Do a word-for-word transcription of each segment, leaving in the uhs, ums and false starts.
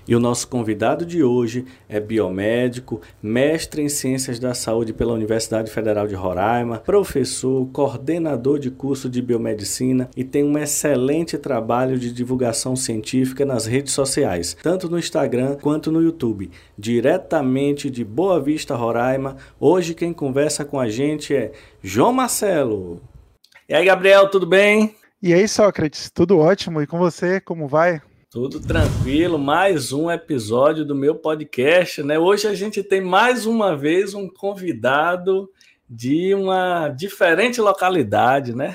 E o nosso convidado de hoje é biomédico, mestre em Ciências da Saúde pela Universidade Federal de Roraima, professor, coordenador de curso de biomedicina e tem um excelente trabalho de divulgação científica nas redes sociais, tanto no Instagram quanto no YouTube. Diretamente de Boa Vista, Roraima, hoje quem conversa com a gente é João Marcelo. E aí, Gabriel, tudo bem? E aí, Sócrates, tudo ótimo? E com você, como vai? Tudo tranquilo, mais um episódio do meu podcast, né? Hoje a gente tem mais uma vez um convidado de uma diferente localidade, né?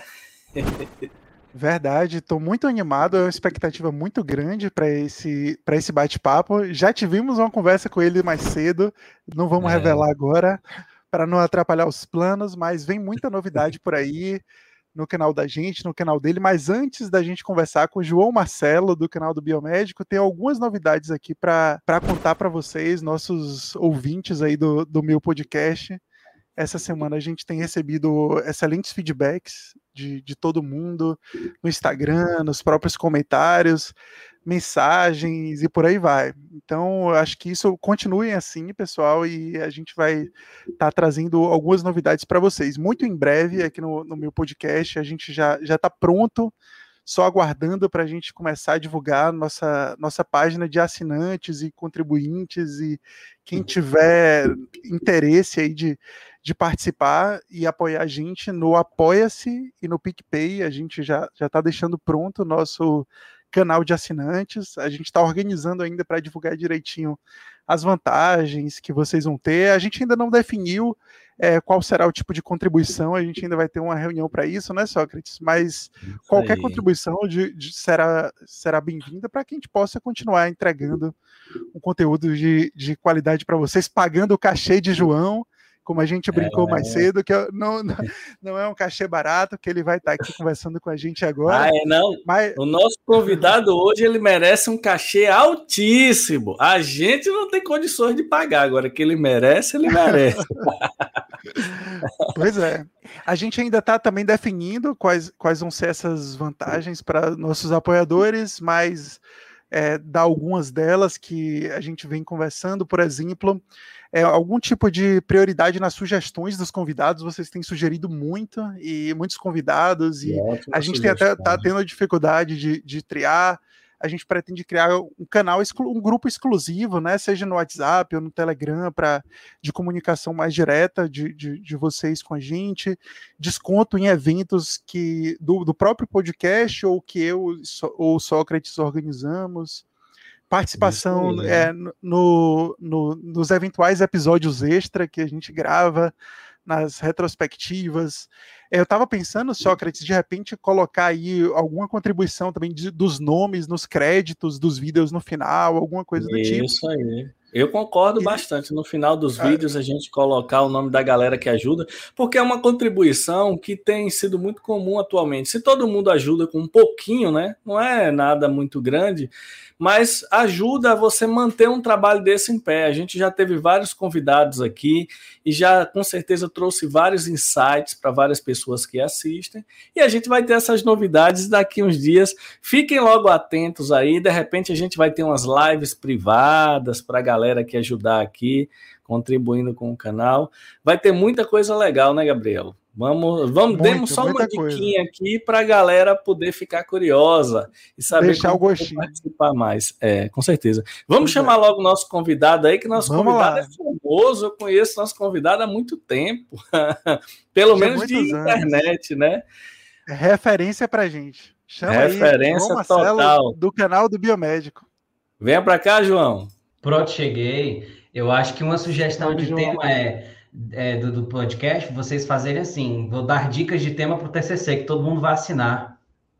Verdade, estou muito animado, é uma expectativa muito grande para esse, para esse bate-papo. Já tivemos uma conversa com ele mais cedo, não vamos É. revelar agora, para não atrapalhar os planos, mas vem muita novidade por aí no canal da gente, no canal dele. Mas antes da gente conversar com o João Marcelo, do canal do Biomédico, tem algumas novidades aqui para contar para vocês, nossos ouvintes aí do, do meu podcast. Essa semana a gente tem recebido excelentes feedbacks de, de todo mundo, no Instagram, nos próprios comentários, mensagens e por aí vai. Então, eu acho que isso continuem assim, pessoal, e a gente vai estar tá trazendo algumas novidades para vocês. Muito em breve, aqui no, no meu podcast, a gente já já está pronto, só aguardando para a gente começar a divulgar nossa, nossa página de assinantes e contribuintes, e quem tiver interesse aí de, de participar e apoiar a gente no Apoia-se e no PicPay, a gente já está deixando pronto o nosso canal de assinantes, a gente está organizando ainda para divulgar direitinho as vantagens que vocês vão ter. A gente ainda não definiu é, qual será o tipo de contribuição, a gente ainda vai ter uma reunião para isso, né, Sócrates? Mas Isso qualquer aí. contribuição de, de, será, será bem-vinda para que a gente possa continuar entregando um conteúdo de, de qualidade para vocês, pagando o cachê de João, como a gente brincou é. mais cedo, que não, não, não é um cachê barato, que ele vai estar aqui conversando com a gente agora. Ah, é, não. Mas... O nosso convidado hoje, ele merece um cachê altíssimo. A gente não tem condições de pagar, agora que ele merece, ele merece. Pois é. A gente ainda está também definindo quais, quais vão ser essas vantagens para nossos apoiadores, mas é, dá algumas delas que a gente vem conversando, por exemplo, é, algum tipo de prioridade nas sugestões dos convidados. Vocês têm sugerido muito, e muitos convidados, e a gente tem até, tá tendo a dificuldade de, de triar. A gente pretende criar um canal, um grupo exclusivo, né, seja no WhatsApp ou no Telegram, pra, de comunicação mais direta de, de, de vocês com a gente, desconto em eventos que, do, do próprio podcast ou que eu ou Sócrates organizamos, participação é, no, no, nos eventuais episódios extra que a gente grava, nas retrospectivas. Eu estava pensando, Sócrates, de repente colocar aí alguma contribuição também de, dos nomes nos créditos dos vídeos no final, alguma coisa do tipo. Isso aí. Eu concordo e... bastante. No final dos vídeos, a gente colocar o nome da galera que ajuda, porque é uma contribuição que tem sido muito comum atualmente. Se todo mundo ajuda com um pouquinho, né? Não é nada muito grande, mas ajuda a você manter um trabalho desse em pé. A gente já teve vários convidados aqui e já com certeza trouxe vários insights para várias pessoas que assistem, e a gente vai ter essas novidades daqui uns dias. Fiquem logo atentos aí, de repente a gente vai ter umas lives privadas para a galera que ajudar aqui, contribuindo com o canal. Vai ter muita coisa legal, né, Gabriel? Vamos, vamos demos só uma diquinha aqui para a galera poder ficar curiosa e saber Deixar como o gostinho. participar mais. É, com certeza. Vamos pois chamar é. logo o nosso convidado aí, que nosso vamos convidado lá. é famoso. Eu conheço nosso convidado há muito tempo. Pelo Já menos de internet, anos. né? É referência para gente. Chama referência aí, total. Do canal do Biomédico. Venha para cá, João. Pronto, cheguei. Eu acho que uma sugestão Salve, de João. tema é... É, do, do podcast, vocês fazerem assim, vou dar dicas de tema para o T C C, que todo mundo vai assinar.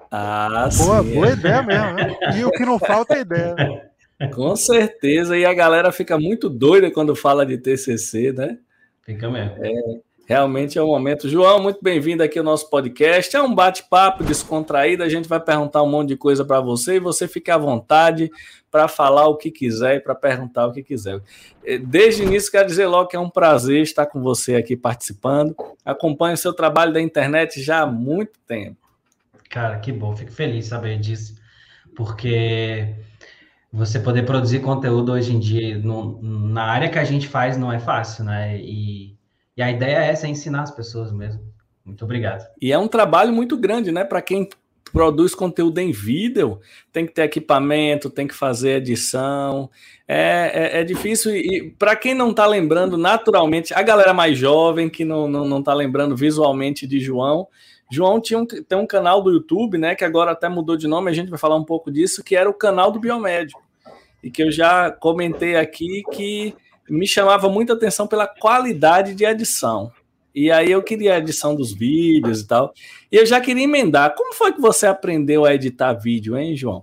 Ah, boa, sim. Boa ideia mesmo, né? E o que não falta é ideia. Com certeza, e a galera fica muito doida quando fala de T C C, né? Fica mesmo. É, realmente é um momento. João, muito bem-vindo aqui ao nosso podcast. É um bate-papo descontraído, a gente vai perguntar um monte de coisa para você e você fica à vontade para falar o que quiser e para perguntar o que quiser. Desde o início, quero dizer logo que é um prazer estar com você aqui participando. Acompanho o seu trabalho da internet já há muito tempo. Cara, que bom, fico feliz de saber disso, porque você poder produzir conteúdo hoje em dia no, na área que a gente faz não é fácil, né? E, e a ideia é essa, é ensinar as pessoas mesmo. Muito obrigado. E é um trabalho muito grande, né? Para quem produz conteúdo em vídeo, tem que ter equipamento, tem que fazer edição. É, é, é difícil. E para quem não está lembrando, naturalmente, a galera mais jovem que não está não, não tá lembrando visualmente de João, João tinha um, tem um canal do YouTube, né? Que agora até mudou de nome, a gente vai falar um pouco disso, que era o canal do Biomédico. E que eu já comentei aqui que me chamava muita atenção pela qualidade de edição. E aí eu queria a edição dos vídeos e tal. E eu já queria emendar. Como foi que você aprendeu a editar vídeo, hein, João?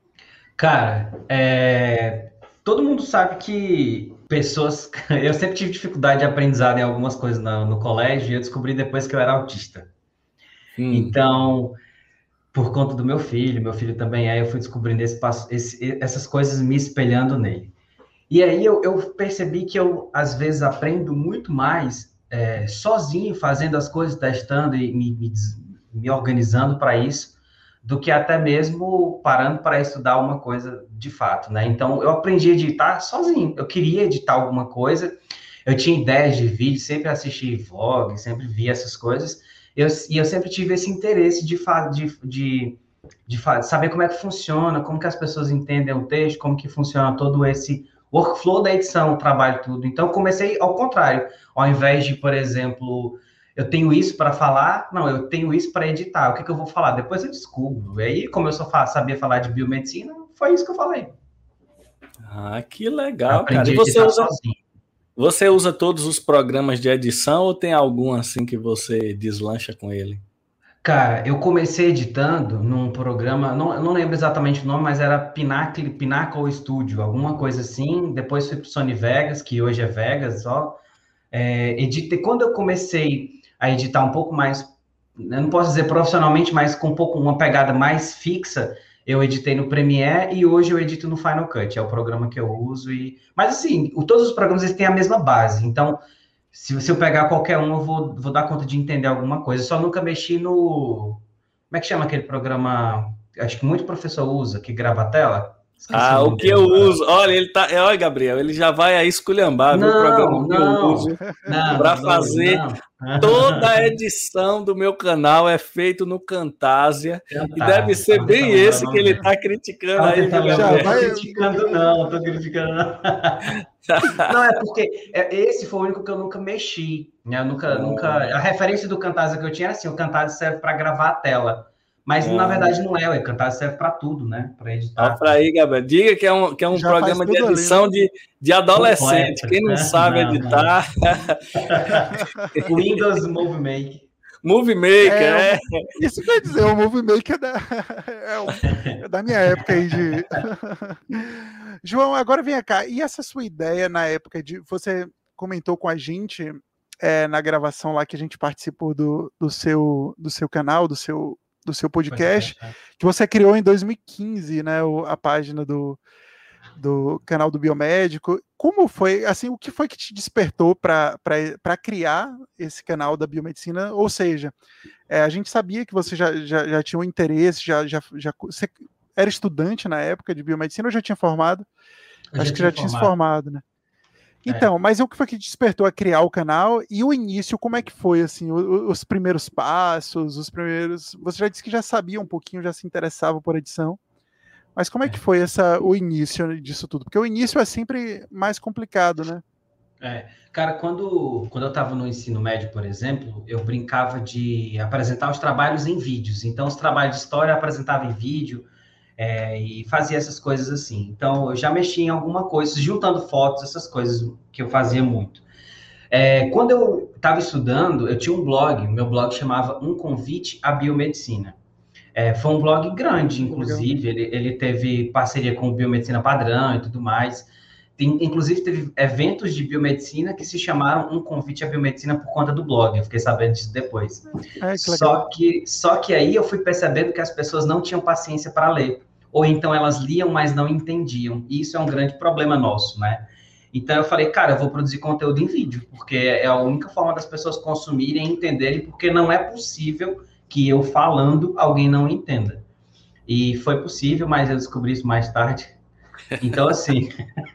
Cara, é... todo mundo sabe que pessoas... Eu sempre tive dificuldade de aprendizado em algumas coisas no, no colégio e eu descobri depois que eu era autista. Hum. Então, por conta do meu filho, meu filho também é, eu fui descobrindo esse, esse, essas coisas me espelhando nele. E aí eu, eu percebi que eu, às vezes, aprendo muito mais é, sozinho, fazendo as coisas, testando e me, me, me organizando para isso, do que até mesmo parando para estudar uma coisa de fato, né? Então, eu aprendi a editar sozinho. Eu queria editar alguma coisa, eu tinha ideias de vídeo, sempre assisti vlog, sempre vi essas coisas, eu, e eu sempre tive esse interesse de, de, de, de saber como é que funciona, como que as pessoas entendem o texto, como que funciona todo esse workflow da edição, o trabalho, tudo. Então, comecei ao contrário. Ao invés de, por exemplo, eu tenho isso para falar, não, eu tenho isso para editar. O que, que eu vou falar? Depois eu descubro. E aí, como eu só sabia falar de biomedicina, foi isso que eu falei. Ah, que legal, aprendi cara. E você usa, sozinho. você usa todos os programas de edição ou tem algum assim que você deslancha com ele? Cara, eu comecei editando num programa, não, eu não lembro exatamente o nome, mas era Pinnacle, Pinnacle Studio, alguma coisa assim. Depois fui para o Sony Vegas, que hoje é Vegas, ó. É, editei, quando eu comecei a editar um pouco mais, eu não posso dizer profissionalmente, mas com um pouco uma pegada mais fixa, eu editei no Premiere e hoje eu edito no Final Cut, é o programa que eu uso. E... Mas assim, todos os programas eles têm a mesma base, então... Se, se eu pegar qualquer um, eu vou, vou dar conta de entender alguma coisa. Eu só nunca mexi no... Como é que chama aquele programa? Acho que muito professor usa, que grava a tela. Esqueci ah, o, o que eu uso... Olha, ele tá... Olha, Gabriel, ele já vai aí esculhambar não, o programa que não, eu uso para fazer... Não. Toda a edição do meu canal é feito no Camtasia. Camtasia e deve ser bem esse que ele está criticando não, aí. Não estou criticando, não. Estou criticando, não. Não, é porque esse foi o único que eu nunca mexi. Né? Eu nunca, é. nunca... A referência do Camtasia que eu tinha era assim, o Camtasia serve para gravar a tela. Mas, é. na verdade, não é. O Camtasia serve para tudo, né? Para editar. Olha para aí, Gabriel. Diga que é um, que é um programa de edição ali, né? de, de adolescente. Completo. Quem não sabe não, editar... Não. Windows Movie Maker. Movie Maker, é. é. Isso quer dizer, o Movie Maker é da, é, o, é da minha época aí de... João, agora vem cá. E essa sua ideia na época de... Você comentou com a gente é, na gravação lá que a gente participou do, do, seu, do seu canal, do seu, do seu podcast, é, é. que você criou em dois mil e quinze, né? A página do, do canal do Biomédico. Como foi, assim, o que foi que te despertou para criar esse canal da biomedicina? Ou seja, é, a gente sabia que você já, já, já tinha um interesse, já, já, já você era estudante na época de biomedicina ou já tinha formado? Eu Acho já que já tinha se formado, né? Então, é. mas o que foi que te despertou a criar o canal e o início, como é que foi, assim, os, os primeiros passos, os primeiros... Você já disse que já sabia um pouquinho, já se interessava por edição. Mas como é que foi essa, o início disso tudo? Porque o início é sempre mais complicado, né? É, cara, quando, quando eu estava no ensino médio, por exemplo, eu brincava de apresentar os trabalhos em vídeos. Então, os trabalhos de história eu apresentava em vídeo é, e fazia essas coisas assim. Então, eu já mexia em alguma coisa, juntando fotos, essas coisas que eu fazia muito. É, quando eu estava estudando, eu tinha um blog, meu blog chamava Um Convite à Biomedicina. É, foi um blog grande, inclusive, ele, ele teve parceria com o Biomedicina Padrão e tudo mais. Tem, inclusive, teve eventos de biomedicina que se chamaram Um Convite à Biomedicina por conta do blog. Eu fiquei sabendo disso depois. É, que só, que, só que aí eu fui percebendo que as pessoas não tinham paciência para ler. Ou então elas liam, mas não entendiam. E isso é um grande problema nosso, né? Então eu falei, cara, eu vou produzir conteúdo em vídeo, porque é a única forma das pessoas consumirem e entenderem, porque não é possível que eu falando alguém não entenda. E foi possível, mas eu descobri isso mais tarde. Então, assim,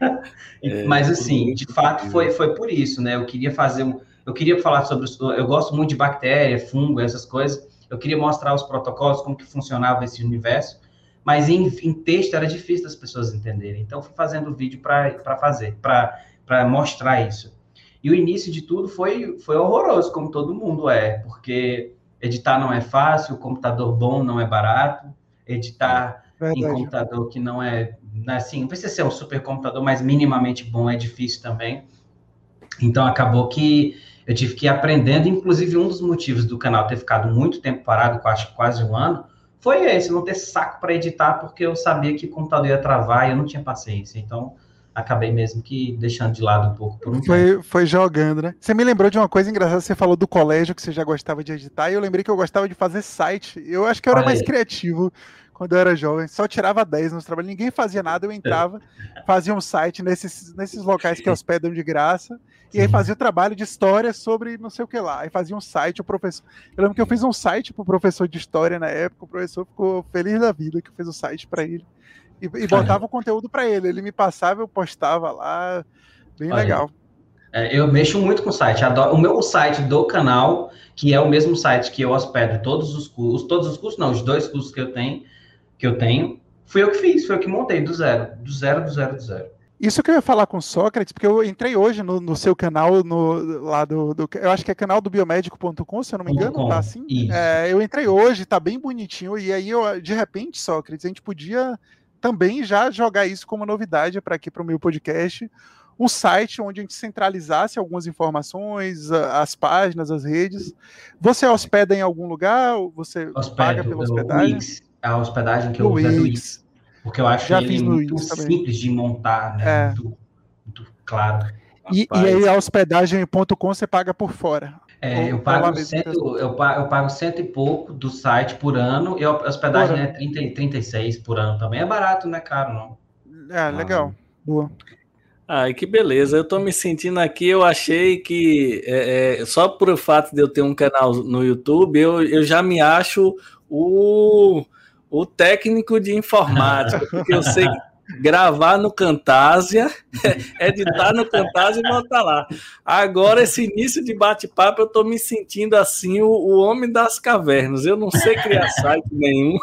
é, mas assim, de fato foi, foi por isso, né? Eu queria fazer um, eu queria falar sobre, os, eu gosto muito de bactéria, fungo, essas coisas, eu queria mostrar os protocolos, como que funcionava esse universo, mas em, em texto era difícil das pessoas entenderem, então fui fazendo vídeo para fazer, para mostrar isso. E o início de tudo foi, foi horroroso, como todo mundo é, porque editar não é fácil, computador bom não é barato, editar Verdade. Em computador que não é, assim, não precisa ser um supercomputador, mas minimamente bom é difícil também. Então, acabou que eu tive que ir aprendendo, inclusive um dos motivos do canal ter ficado muito tempo parado, quase, quase um ano, foi esse, não ter saco para editar, porque eu sabia que o computador ia travar e eu não tinha paciência. Então, acabei mesmo que deixando de lado um pouco por um foi, tempo. Foi jogando, né? Você me lembrou de uma coisa engraçada, você falou do colégio, que você já gostava de editar, e eu lembrei que eu gostava de fazer site. Eu acho que eu era Olha mais aí. criativo quando eu era jovem, só tirava dez nos trabalhos, ninguém fazia nada, eu entrava, fazia um site nesses, nesses locais que hospedam de graça, e Sim. aí fazia o trabalho de história sobre não sei o que lá, aí fazia um site, o professor, eu lembro que eu fiz um site pro professor de história na época, o professor ficou feliz da vida que eu fiz o site para ele, e, e botava o conteúdo para ele, ele me passava, eu postava lá, bem Olha. legal. É, eu mexo muito com o site. Adoro, o meu site do canal, que é o mesmo site que eu hospedo todos os cursos, todos os cursos, não, os dois cursos que eu tenho, que eu tenho, fui eu que fiz, foi eu que montei do zero, do zero, do zero, do zero. Isso que eu ia falar com o Sócrates, porque eu entrei hoje no, no seu canal, no, lá do, do, eu acho que é canal do biomédico ponto com, se eu não me engano, tá assim? É, eu entrei hoje, tá bem bonitinho, e aí eu, de repente, Sócrates, a gente podia também já jogar isso como novidade para aqui para o meu podcast, um site onde a gente centralizasse algumas informações, as páginas, as redes. Você hospeda em algum lugar? Você Hospedo, paga pela hospedagem? Wix, a hospedagem que eu uso é do Wix, porque eu acho já ele fiz muito Wix simples também. de montar, né? É. Muito, muito claro. E, e aí a hospedagem ponto com você paga por fora? É, eu, pago cento, eu, pago, eu pago cento e pouco do site por ano, e a hospedagem é trinta, trinta e seis por ano também. É barato, não é caro, não. É, legal. Ah. Boa. Ai, que beleza. Eu tô me sentindo aqui, eu achei que é, é, só por o fato de eu ter um canal no YouTube, eu, eu já me acho o, o técnico de informática, porque eu sei gravar no Camtasia, editar no Camtasia e botar lá. Agora, esse início de bate-papo, eu tô me sentindo assim, o, o homem das cavernas. Eu não sei criar site nenhum.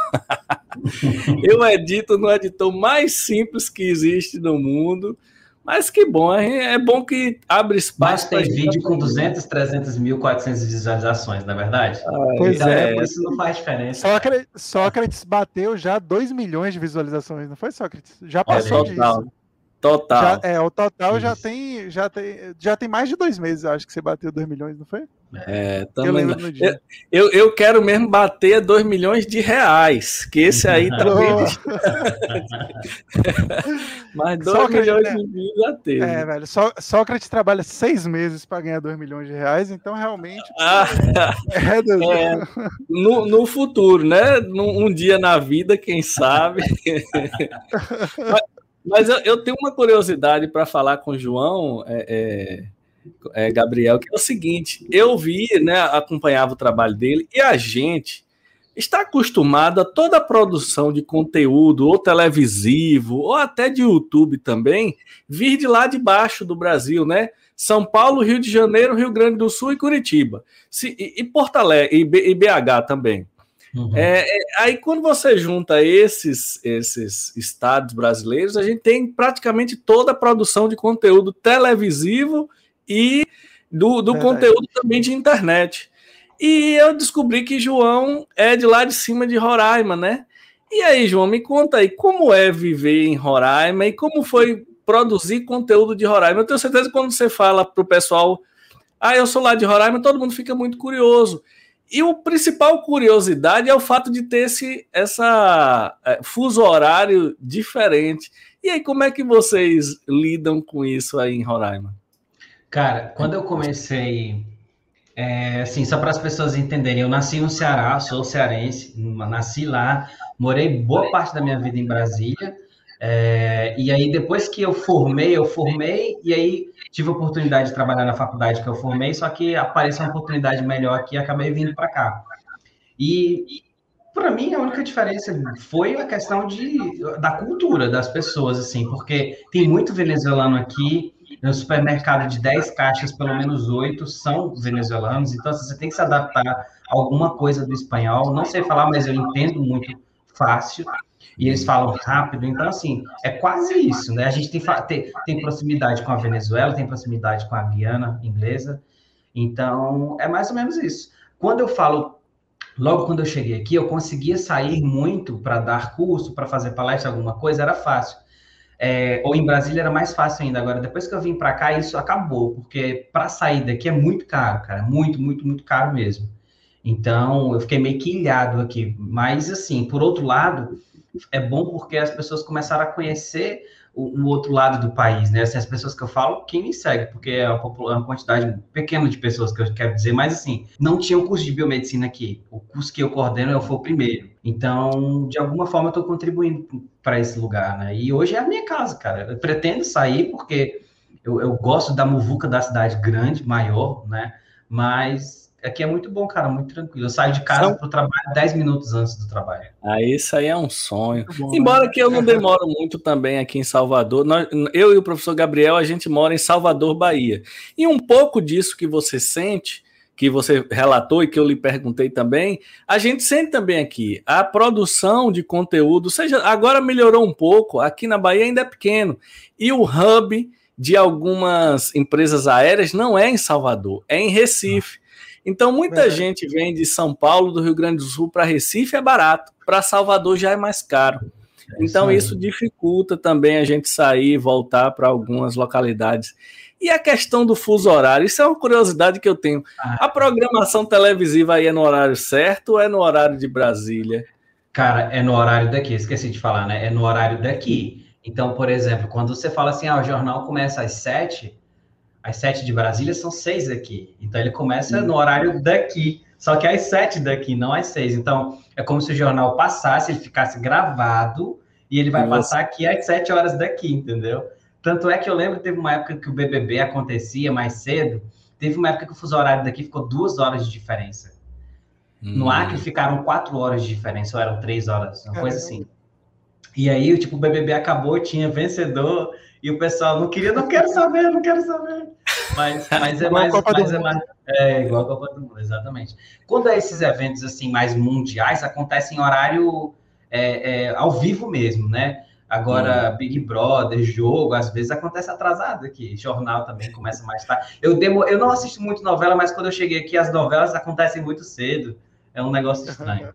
Eu edito no editor mais simples que existe no mundo. Mas que bom, é bom que abre espaço. Mas tem vídeo com duzentos, trezentos mil, quatrocentas visualizações, não é verdade? Ah, pois então, é, por isso não faz diferença. Sócrates, Sócrates bateu já dois milhões de visualizações, não foi, Sócrates? Já passou é, total, disso. Total. Já, é, o total já tem, já tem, já tem mais de dois meses, acho que você bateu dois milhões, não foi? É, também. Eu lembro no dia. Eu, eu, eu quero mesmo bater dois milhões de reais, que esse aí tá bem. Mas dois milhões né? de views já teve. É, velho. Só, Sócrates trabalha seis meses para ganhar dois milhões de reais, então realmente. Ah, é, é, no, no futuro, né? Num, um dia na vida, quem sabe. mas mas eu, eu tenho uma curiosidade para falar com o João. É, é... É, Gabriel, que é o seguinte, eu vi, né, acompanhava o trabalho dele, e a gente está acostumado a toda a produção de conteúdo, ou televisivo, ou até de YouTube também, vir de lá de baixo do Brasil, né? São Paulo, Rio de Janeiro, Rio Grande do Sul e Curitiba. Se, e, e Porto Alegre, e, e B H também. Uhum. É, é, aí quando você junta esses, esses estados brasileiros, a gente tem praticamente toda a produção de conteúdo televisivo e do, do conteúdo também de internet. E eu descobri que João é de lá de cima de Roraima, né? E aí, João, me conta aí, como é viver em Roraima e como foi produzir conteúdo de Roraima? Eu tenho certeza que quando você fala para o pessoal, ah, eu sou lá de Roraima, todo mundo fica muito curioso. E o principal curiosidade é o fato de ter esse essa, é, fuso horário diferente. E aí, como é que vocês lidam com isso aí em Roraima? Cara, quando eu comecei, é, assim, só para as pessoas entenderem, eu nasci no Ceará, sou cearense, nasci lá, morei boa parte da minha vida em Brasília, é, e aí depois que eu formei, eu formei, e aí tive a oportunidade de trabalhar na faculdade que eu formei, só que apareceu uma oportunidade melhor aqui e acabei vindo para cá. E Para mim, a única diferença foi a questão de, da cultura das pessoas, assim, porque tem muito venezuelano aqui, no supermercado de dez caixas, pelo menos oito são venezuelanos, então assim, você tem que se adaptar a alguma coisa do espanhol. Não sei falar, mas eu entendo muito fácil, e eles falam rápido, então assim, é quase isso, né? A gente tem, tem, tem proximidade com a Venezuela, tem proximidade com a Guiana inglesa, então é mais ou menos isso. Quando eu falo logo quando eu cheguei aqui, eu conseguia sair muito para dar curso, para fazer palestra, alguma coisa, era fácil. É, ou em Brasília era mais fácil ainda. Agora, depois que eu vim para cá, isso acabou, porque para sair daqui é muito caro, cara. Muito, muito, muito caro mesmo. Então, eu fiquei meio que ilhado aqui. Mas, assim, por outro lado, é bom porque as pessoas começaram a conhecer o, o outro lado do país, né? Assim, as pessoas que eu falo, quem me segue, porque é uma, uma quantidade pequena de pessoas que eu quero dizer, mas assim, não tinha um curso de biomedicina aqui. O curso que eu coordeno eu fui o primeiro. Então, de alguma forma, eu estou contribuindo para esse lugar, né? E hoje é a minha casa, cara. Eu pretendo sair porque eu, eu gosto da muvuca da cidade grande, maior, né? Mas aqui é muito bom, cara, muito tranquilo. Eu saio de casa para o trabalho dez minutos antes do trabalho. Ah, isso aí é um sonho. Bom, Embora né? que eu não demoro muito também aqui em Salvador. Nós, eu e o professor Gabriel, a gente mora em Salvador, Bahia. E um pouco disso que você sente, que você relatou e que eu lhe perguntei também, a gente sente também aqui. A produção de conteúdo, seja, agora melhorou um pouco, aqui na Bahia ainda é pequeno. E o hub de algumas empresas aéreas não é em Salvador, é em Recife. Então, muita é. gente vem de São Paulo, do Rio Grande do Sul, para Recife é barato, para Salvador já é mais caro. É então, isso, isso dificulta também a gente sair e voltar para algumas localidades. E a questão do fuso horário, isso é uma curiosidade que eu tenho. A programação televisiva aí é no horário certo ou é no horário de Brasília? Cara, é no horário daqui, esqueci de falar, né? É no horário daqui. Então, por exemplo, quando você fala assim, ah, o jornal começa às sete... Às sete de Brasília são seis aqui. Então, ele começa no horário daqui. Só que às sete daqui, não às seis. Então, é como se o jornal passasse, ele ficasse gravado, e ele vai Nossa. passar aqui às sete horas daqui, entendeu? Tanto é que eu lembro que teve uma época que o B B B acontecia mais cedo, teve uma época que o fuso horário daqui ficou duas horas de diferença. Hum. No Acre ficaram quatro horas de diferença, ou eram três horas, uma coisa assim. E aí, tipo, o B B B acabou, tinha vencedor... E o pessoal não queria, não quero saber, não quero saber. Mas, mas é mais... mais, é, mais é igual a Copa do Mundo, exatamente. Quando é esses eventos assim, mais mundiais, acontecem em horário é, é, ao vivo mesmo, né? Agora, hum. Big Brother, jogo, às vezes acontece atrasado aqui. Jornal também começa mais tarde. Eu, demo, eu não assisto muito novela, mas quando eu cheguei aqui, as novelas acontecem muito cedo. É um negócio estranho.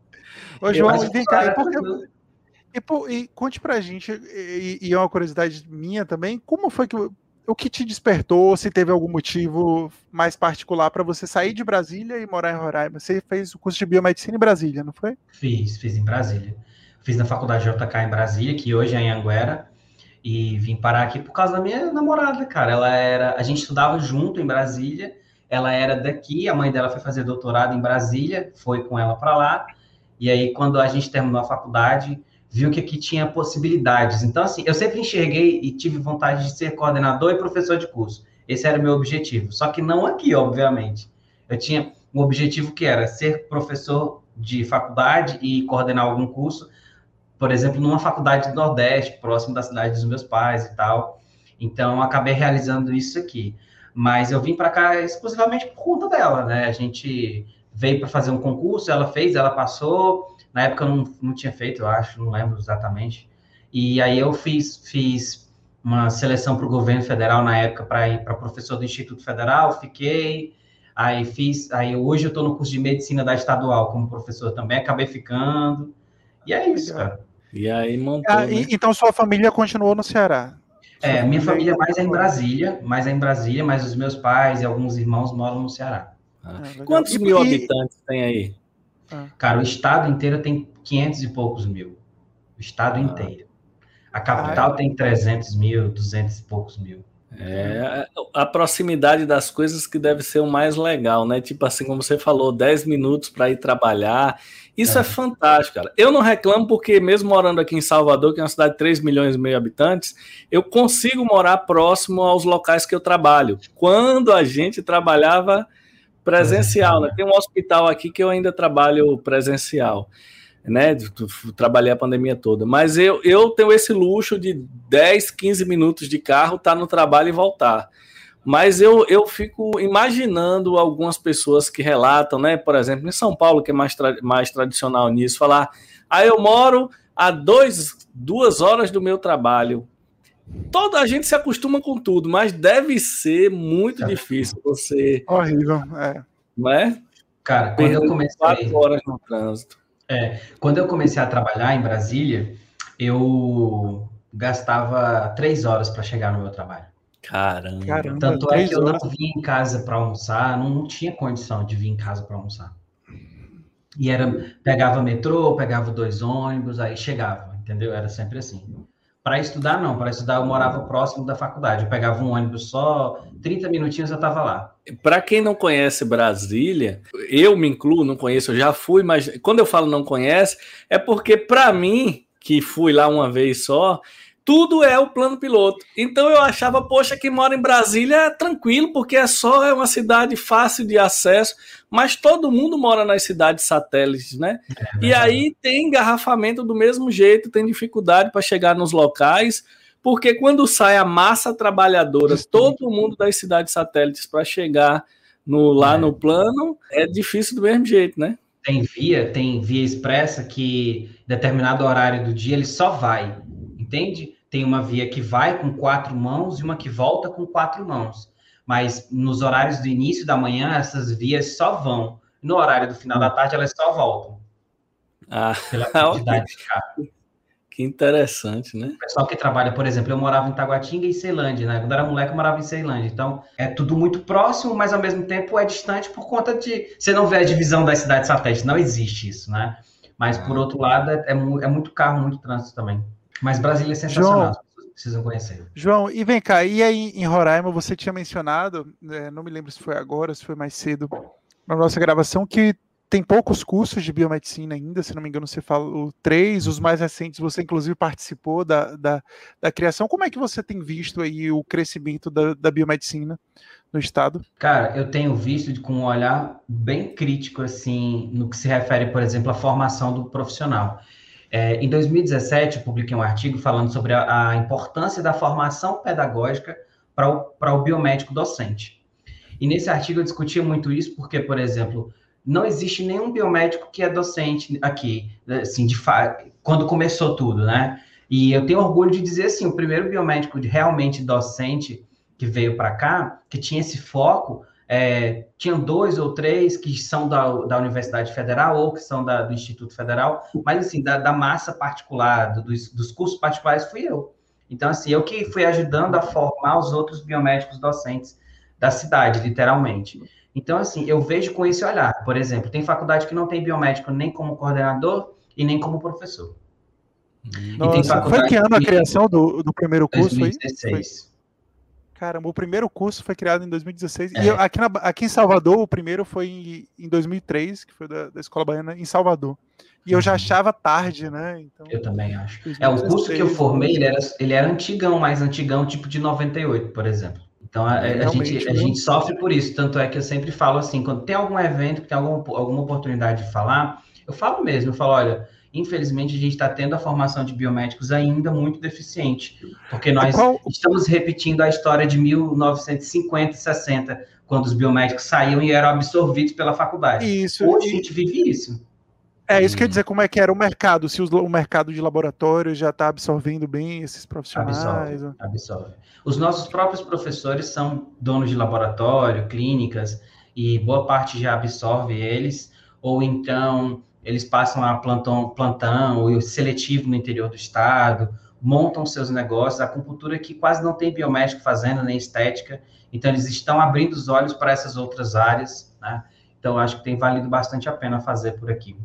Ô, João, vem cá, porque... E, pô, e conte pra gente, e, e é uma curiosidade minha também, como foi que o que te despertou, se teve algum motivo mais particular para você sair de Brasília e morar em Roraima? Você fez o curso de biomedicina em Brasília, não foi? Fiz, fiz em Brasília. Fiz na faculdade de J K em Brasília, que hoje é em Anguera, e vim parar aqui por causa da minha namorada, cara. Ela era, a gente estudava junto em Brasília, ela era daqui, a mãe dela foi fazer doutorado em Brasília, foi com ela para lá, e aí quando a gente terminou a faculdade, viu que aqui tinha possibilidades. Então, assim, eu sempre enxerguei e tive vontade de ser coordenador e professor de curso. Esse era o meu objetivo. Só que não aqui, obviamente. Eu tinha um objetivo que era ser professor de faculdade e coordenar algum curso, por exemplo, numa faculdade do Nordeste, próximo da cidade dos meus pais e tal. Então, eu acabei realizando isso aqui. Mas eu vim para cá exclusivamente por conta dela, né? A gente veio para fazer um concurso, ela fez, ela passou... Na época eu não, não tinha feito, eu acho, não lembro exatamente. E aí eu fiz, fiz uma seleção para o governo federal na época para ir para professor do Instituto Federal, fiquei, aí fiz, aí hoje eu estou no curso de medicina da estadual como professor também, acabei ficando. E é isso, Legal. cara. E aí montou, ah, e, né? Então sua família continuou no Ceará? Sua é, minha família mais é em Brasília, mais é em Brasília, mas os meus pais e alguns irmãos moram no Ceará. Ah, Quantos e, mil e... habitantes tem aí? Cara, o estado inteiro tem quinhentos e poucos mil. O estado ah. inteiro. A capital ah, tem trezentos mil, duzentos e poucos mil. É, a proximidade das coisas que deve ser o mais legal, né? Tipo assim, como você falou, dez minutos para ir trabalhar. Isso é. é fantástico, cara. Eu não reclamo porque mesmo morando aqui em Salvador, que é uma cidade de três milhões e meio de habitantes, eu consigo morar próximo aos locais que eu trabalho. Quando a gente trabalhava... presencial, né? Tem um hospital aqui que eu ainda trabalho presencial. né? Trabalhei a pandemia toda. Mas eu, eu tenho esse luxo de dez, quinze minutos de carro, estar tá no trabalho e voltar. Mas eu, eu fico imaginando algumas pessoas que relatam, né? Por exemplo, em São Paulo, que é mais, tra- mais tradicional nisso, falar, ah, eu moro a dois, duas horas do meu trabalho. Toda a gente se acostuma com tudo, mas deve ser muito é. difícil você... Horrível, é. Não é? Cara, quando eu comecei... quatro horas no trânsito. É, quando eu comecei a trabalhar em Brasília, eu gastava três horas para chegar no meu trabalho. Caramba. Caramba, Tanto é que eu horas. não vinha em casa para almoçar, não, não tinha condição de vir em casa para almoçar. E era, pegava metrô, pegava dois ônibus, aí chegava, entendeu? Era sempre assim. Para estudar, não. Para estudar, eu morava próximo da faculdade. Eu pegava um ônibus só, trinta minutinhos eu estava lá. Para quem não conhece Brasília, eu me incluo, não conheço, eu já fui, mas quando eu falo não conhece, é porque para mim, que fui lá uma vez só, tudo é o plano piloto. Então eu achava, poxa, quem mora em Brasília é tranquilo, porque é só é uma cidade fácil de acesso, mas todo mundo mora nas cidades satélites, né? É, e aí tem engarrafamento do mesmo jeito, tem dificuldade para chegar nos locais, porque quando sai a massa trabalhadora, todo mundo das cidades satélites para chegar no, lá é. no plano, é difícil do mesmo jeito, né? Tem via, tem via expressa que em determinado horário do dia ele só vai, entende? Tem uma via que vai com quatro mãos e uma que volta com quatro mãos. Mas nos horários do início da manhã, essas vias só vão. No horário do final da tarde, elas só voltam. Ah, pela quantidade de carro. Que interessante, né? O pessoal que trabalha, por exemplo, eu morava em Taguatinga e Ceilândia, né? Quando era moleque, eu morava em Ceilândia. Então, é tudo muito próximo, mas ao mesmo tempo é distante por conta de... Você não vê a divisão das cidades satélites, não existe isso, né? Mas, por outro lado, é, é muito carro, muito trânsito também. Mas Brasília é sensacional, João, as pessoas precisam conhecer. João, e vem cá, e aí em Roraima você tinha mencionado, é, não me lembro se foi agora, se foi mais cedo, na nossa gravação, que tem poucos cursos de biomedicina ainda, se não me engano você falou três, os mais recentes você inclusive participou da, da, da criação. Como é que você tem visto aí o crescimento da, da biomedicina no estado? Cara, eu tenho visto de, com um olhar bem crítico, assim, no que se refere, por exemplo, à formação do profissional. É, em dois mil e dezessete, eu publiquei um artigo falando sobre a, a importância da formação pedagógica para o, para o biomédico docente. E nesse artigo eu discutia muito isso porque, por exemplo, não existe nenhum biomédico que é docente aqui, assim, de fa... quando começou tudo, né? E eu tenho orgulho de dizer assim, o primeiro biomédico realmente docente que veio para cá, que tinha esse foco, é, tinham dois ou três que são da, da Universidade Federal ou que são da, do Instituto Federal, mas assim, da, da massa particular, do, dos, dos cursos particulares, fui eu. Então, assim, eu que fui ajudando a formar os outros biomédicos docentes da cidade, literalmente. Então, assim, eu vejo com esse olhar. Por exemplo, tem faculdade que não tem biomédico nem como coordenador e nem como professor. Nossa, e tem faculdade foi que ano a criação do, do primeiro curso aí? dois mil e dezesseis. Foi... Caramba, o primeiro curso foi criado em dois mil e dezesseis. É. E eu, aqui, na, aqui em Salvador, o primeiro foi em, em dois mil e três, que foi da, da Escola Baiana, em Salvador. E eu já achava tarde, né? Então, eu também acho. dois mil e dezesseis, é, o curso que eu formei, ele era, ele era antigão, mais antigão, tipo de noventa e oito, por exemplo. Então, a, a, gente, a gente sofre por isso. Tanto é que eu sempre falo assim, quando tem algum evento, que tem algum, alguma oportunidade de falar, eu falo mesmo, eu falo, olha, infelizmente a gente está tendo a formação de biomédicos ainda muito deficiente, porque nós qual... estamos repetindo a história de mil novecentos e cinquenta e sessenta, quando os biomédicos saíam e eram absorvidos pela faculdade. Isso, Hoje e... a gente vive isso. É, isso quer dizer como é que era o mercado, se o mercado de laboratório já está absorvendo bem esses profissionais. Absorve, absorve. Os nossos próprios professores são donos de laboratório, clínicas, e boa parte já absorve eles, ou então eles passam a plantão, plantão ou seletivo no interior do estado, montam seus negócios, a acupuntura que quase não tem biomédico fazendo, nem estética, então eles estão abrindo os olhos para essas outras áreas, né? Então acho que tem valido bastante a pena fazer por aqui.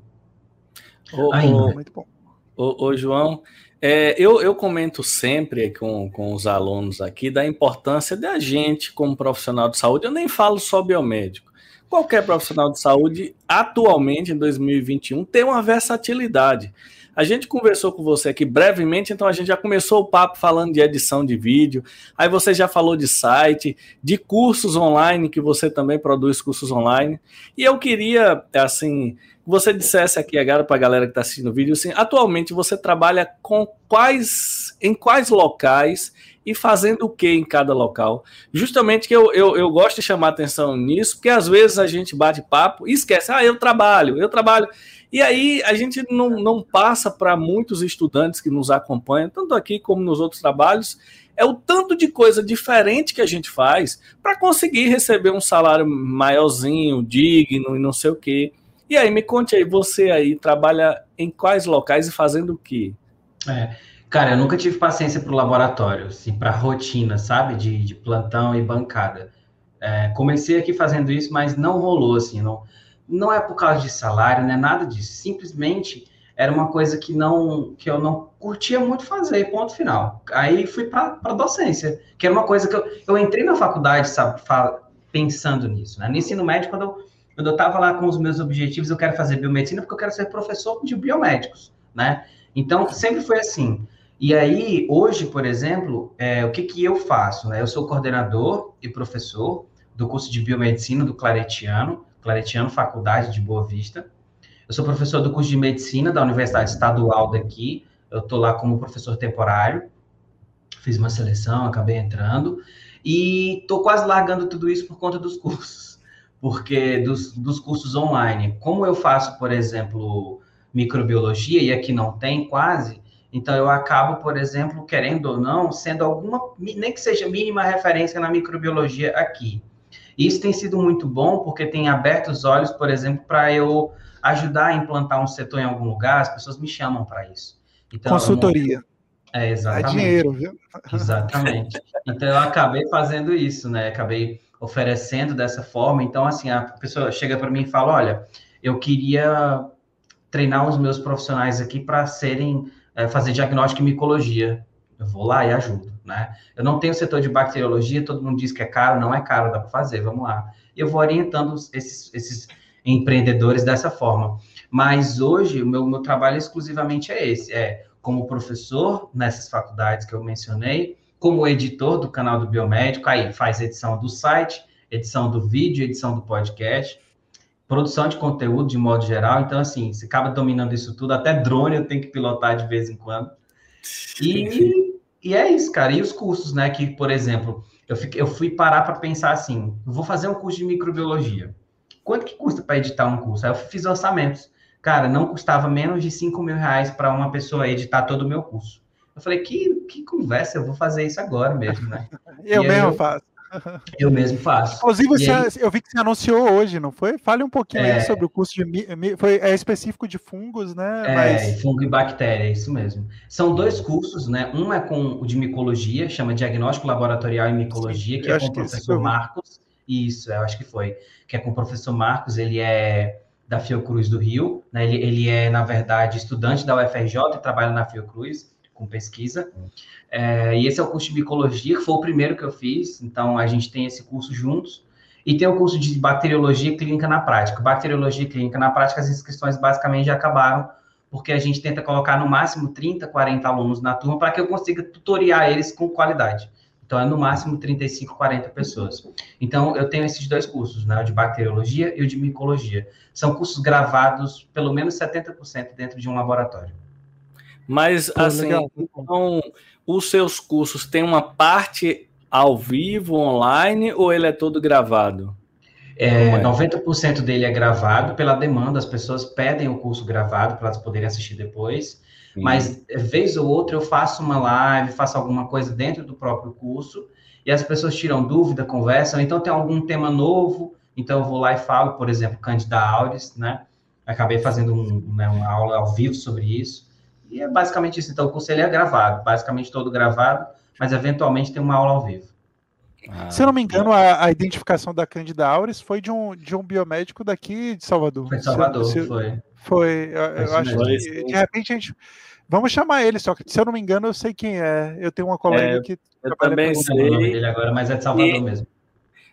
Ô, ô, muito bom. Ô, ô João, é, eu, eu comento sempre com, com os alunos aqui da importância da gente como profissional de saúde, eu nem falo só biomédico, qualquer profissional de saúde atualmente em dois mil e vinte e um tem uma versatilidade, A gente conversou com você aqui brevemente, então a gente já começou o papo falando de edição de vídeo, aí você já falou de site, de cursos online, que você também produz cursos online, e eu queria, assim, que você dissesse aqui agora para a galera que está assistindo o vídeo, assim, atualmente você trabalha com quais, em quais locais e fazendo o que em cada local? Justamente que eu, eu, eu gosto de chamar atenção nisso, porque às vezes a gente bate papo e esquece, ah, eu trabalho, eu trabalho, e aí a gente não, não passa para muitos estudantes que nos acompanham, tanto aqui como nos outros trabalhos, é o tanto de coisa diferente que a gente faz para conseguir receber um salário maiorzinho, digno e não sei o quê. E aí, me conte aí, você aí trabalha em quais locais e fazendo o quê? É, cara, eu nunca tive paciência para o laboratório, assim, para rotina, sabe? De, de plantão e bancada. É, comecei aqui fazendo isso, mas não rolou, assim, não, não é por causa de salário, não é nada disso. Simplesmente era uma coisa que, não, que eu não curtia muito fazer, ponto final. Aí fui para a docência, que era uma coisa que eu, eu entrei na faculdade, sabe, pensando nisso, né? No ensino médio, quando eu Quando eu estava lá com os meus objetivos, eu quero fazer biomedicina porque eu quero ser professor de biomédicos, né? Então, sempre foi assim. E aí, hoje, por exemplo, é, o que, que eu faço, né? Eu sou coordenador e professor do curso de biomedicina do Claretiano, Claretiano Faculdade de Boa Vista. Eu sou professor do curso de medicina da Universidade Estadual daqui. Eu estou lá como professor temporário. Fiz uma seleção, acabei entrando. E estou quase largando tudo isso por conta dos cursos. Porque dos, dos cursos online, como eu faço, por exemplo, microbiologia, e aqui não tem quase, então eu acabo, por exemplo, querendo ou não, sendo alguma, nem que seja mínima referência na microbiologia aqui. E isso tem sido muito bom, porque tem aberto os olhos, por exemplo, para eu ajudar a implantar um setor em algum lugar, as pessoas me chamam para isso. Então, consultoria. Não... É, exatamente. É dinheiro, viu? Exatamente. Então, eu acabei fazendo isso, né? Acabei oferecendo dessa forma. Então, assim, a pessoa chega para mim e fala, olha, eu queria treinar os meus profissionais aqui para serem, é, fazer diagnóstico e micologia. Eu vou lá e ajudo, né? Eu não tenho setor de bacteriologia, todo mundo diz que é caro, não é caro, dá para fazer, vamos lá. E eu vou orientando esses, esses empreendedores dessa forma. Mas hoje, o meu, meu trabalho exclusivamente é esse, é como professor nessas faculdades que eu mencionei, como editor do canal do Biomédico, aí faz edição do site, edição do vídeo, edição do podcast, produção de conteúdo de modo geral. Então, assim, você acaba dominando isso tudo, até drone eu tenho que pilotar de vez em quando. E, e é isso, cara. E os cursos, né? Que, por exemplo, eu, fiquei, eu fui parar para pensar assim, eu vou fazer um curso de microbiologia. Quanto que custa para editar um curso? Aí eu fiz orçamentos. Cara, não custava menos de cinco mil reais para uma pessoa editar todo o meu curso. Eu falei, que, que conversa, eu vou fazer isso agora mesmo, né? eu e mesmo eu, faço. Eu mesmo faço. Inclusive, você, aí, eu vi que você anunciou hoje, não foi? Fale um pouquinho é, aí sobre o curso de... Foi, é específico de fungos, né? É, Mas... fungo e bactéria, é isso mesmo. São dois cursos, né? Um é com o de micologia, chama Diagnóstico Laboratorial em Micologia, Sim, que é com o professor Marcos. Isso, eu acho que foi. Que é com o professor Marcos, ele é da Fiocruz do Rio, né? Ele, ele é, na verdade, estudante da U F R J e trabalha na Fiocruz com pesquisa. É, e esse é o curso de micologia, que foi o primeiro que eu fiz, então a gente tem esse curso juntos. E tem o curso de bacteriologia clínica na prática. Bacteriologia clínica na prática, as inscrições basicamente já acabaram, porque a gente tenta colocar no máximo trinta, quarenta alunos na turma para que eu consiga tutoriar eles com qualidade. Então, é no máximo trinta e cinco, quarenta pessoas. Então, eu tenho esses dois cursos, né? O de bacteriologia e o de micologia. São cursos gravados, pelo menos setenta por cento dentro de um laboratório. Mas, Pô, assim, legal. Então, os seus cursos têm uma parte ao vivo, online, ou ele é todo gravado? É, é? noventa por cento dele é gravado pela demanda, as pessoas pedem o curso gravado para elas poderem assistir depois. Sim. Mas, vez ou outra, eu faço uma live, faço alguma coisa dentro do próprio curso, e as pessoas tiram dúvida, conversam, então tem algum tema novo, então eu vou lá e falo, por exemplo, Candida auris, né? Acabei fazendo um, né, uma aula ao vivo sobre isso, e é basicamente isso. Então, o curso ele é gravado, basicamente todo gravado, mas eventualmente tem uma aula ao vivo. Ah, Se eu não me engano, a, a identificação da Candida auris foi de um, de um biomédico daqui de Salvador. Foi de Salvador, se, se, foi. Foi, eu, eu acho mesmo. que de repente a gente... Vamos chamar ele, só que se eu não me engano, eu sei quem é. Eu tenho uma colega é, que... Eu também sei. O nome dele agora, mas é de Salvador e, mesmo.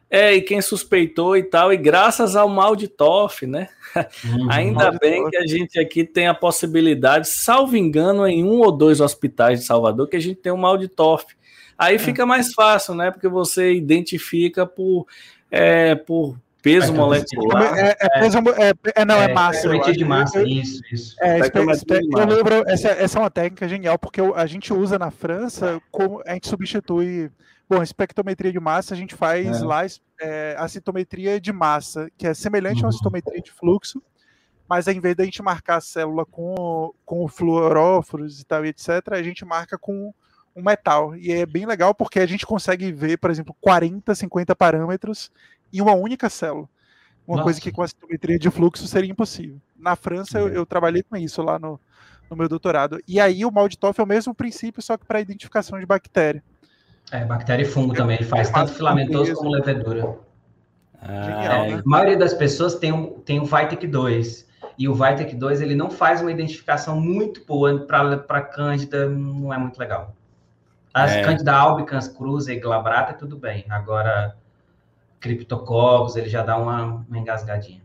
É, e quem suspeitou e tal, e graças ao mal de Toff, né? Uhum, ainda bem Toff. Que a gente aqui tem a possibilidade, salvo engano, em um ou dois hospitais de Salvador, que a gente tem o mal de Toff. Aí é. fica mais fácil, né? Porque você identifica por, é, por peso é, molecular. É, é, peso, é, é, não, é, é massa. É de massa, eu, isso, isso. É, eu lembro, essa, essa é uma técnica genial, porque a gente usa na França, como a gente substitui... Bom, espectrometria de massa, a gente faz é. lá é, a citometria de massa, que é semelhante uhum. a uma citometria de fluxo, mas ao invés da gente marcar a célula com, com fluoróforos e tal, e etcétera, a gente marca com um metal. E é bem legal porque a gente consegue ver, por exemplo, quarenta, cinquenta parâmetros em uma única célula. Uma Nossa. coisa que com a citometria de fluxo seria impossível. Na França, eu, eu trabalhei com isso lá no, no meu doutorado. E aí o mal de Toff é o mesmo princípio, só que para identificação de bactéria. É, bactéria e fungo também, ele faz tanto filamentoso como levedura. Ah, Genial, é, né? A maioria das pessoas tem, um, tem o Vitek dois, e o Vitek dois ele não faz uma identificação muito boa para Cândida, não é muito legal. As é. Cândida albicans, cruza e glabrata, tudo bem. Agora, Cryptococcus, ele já dá uma, uma engasgadinha.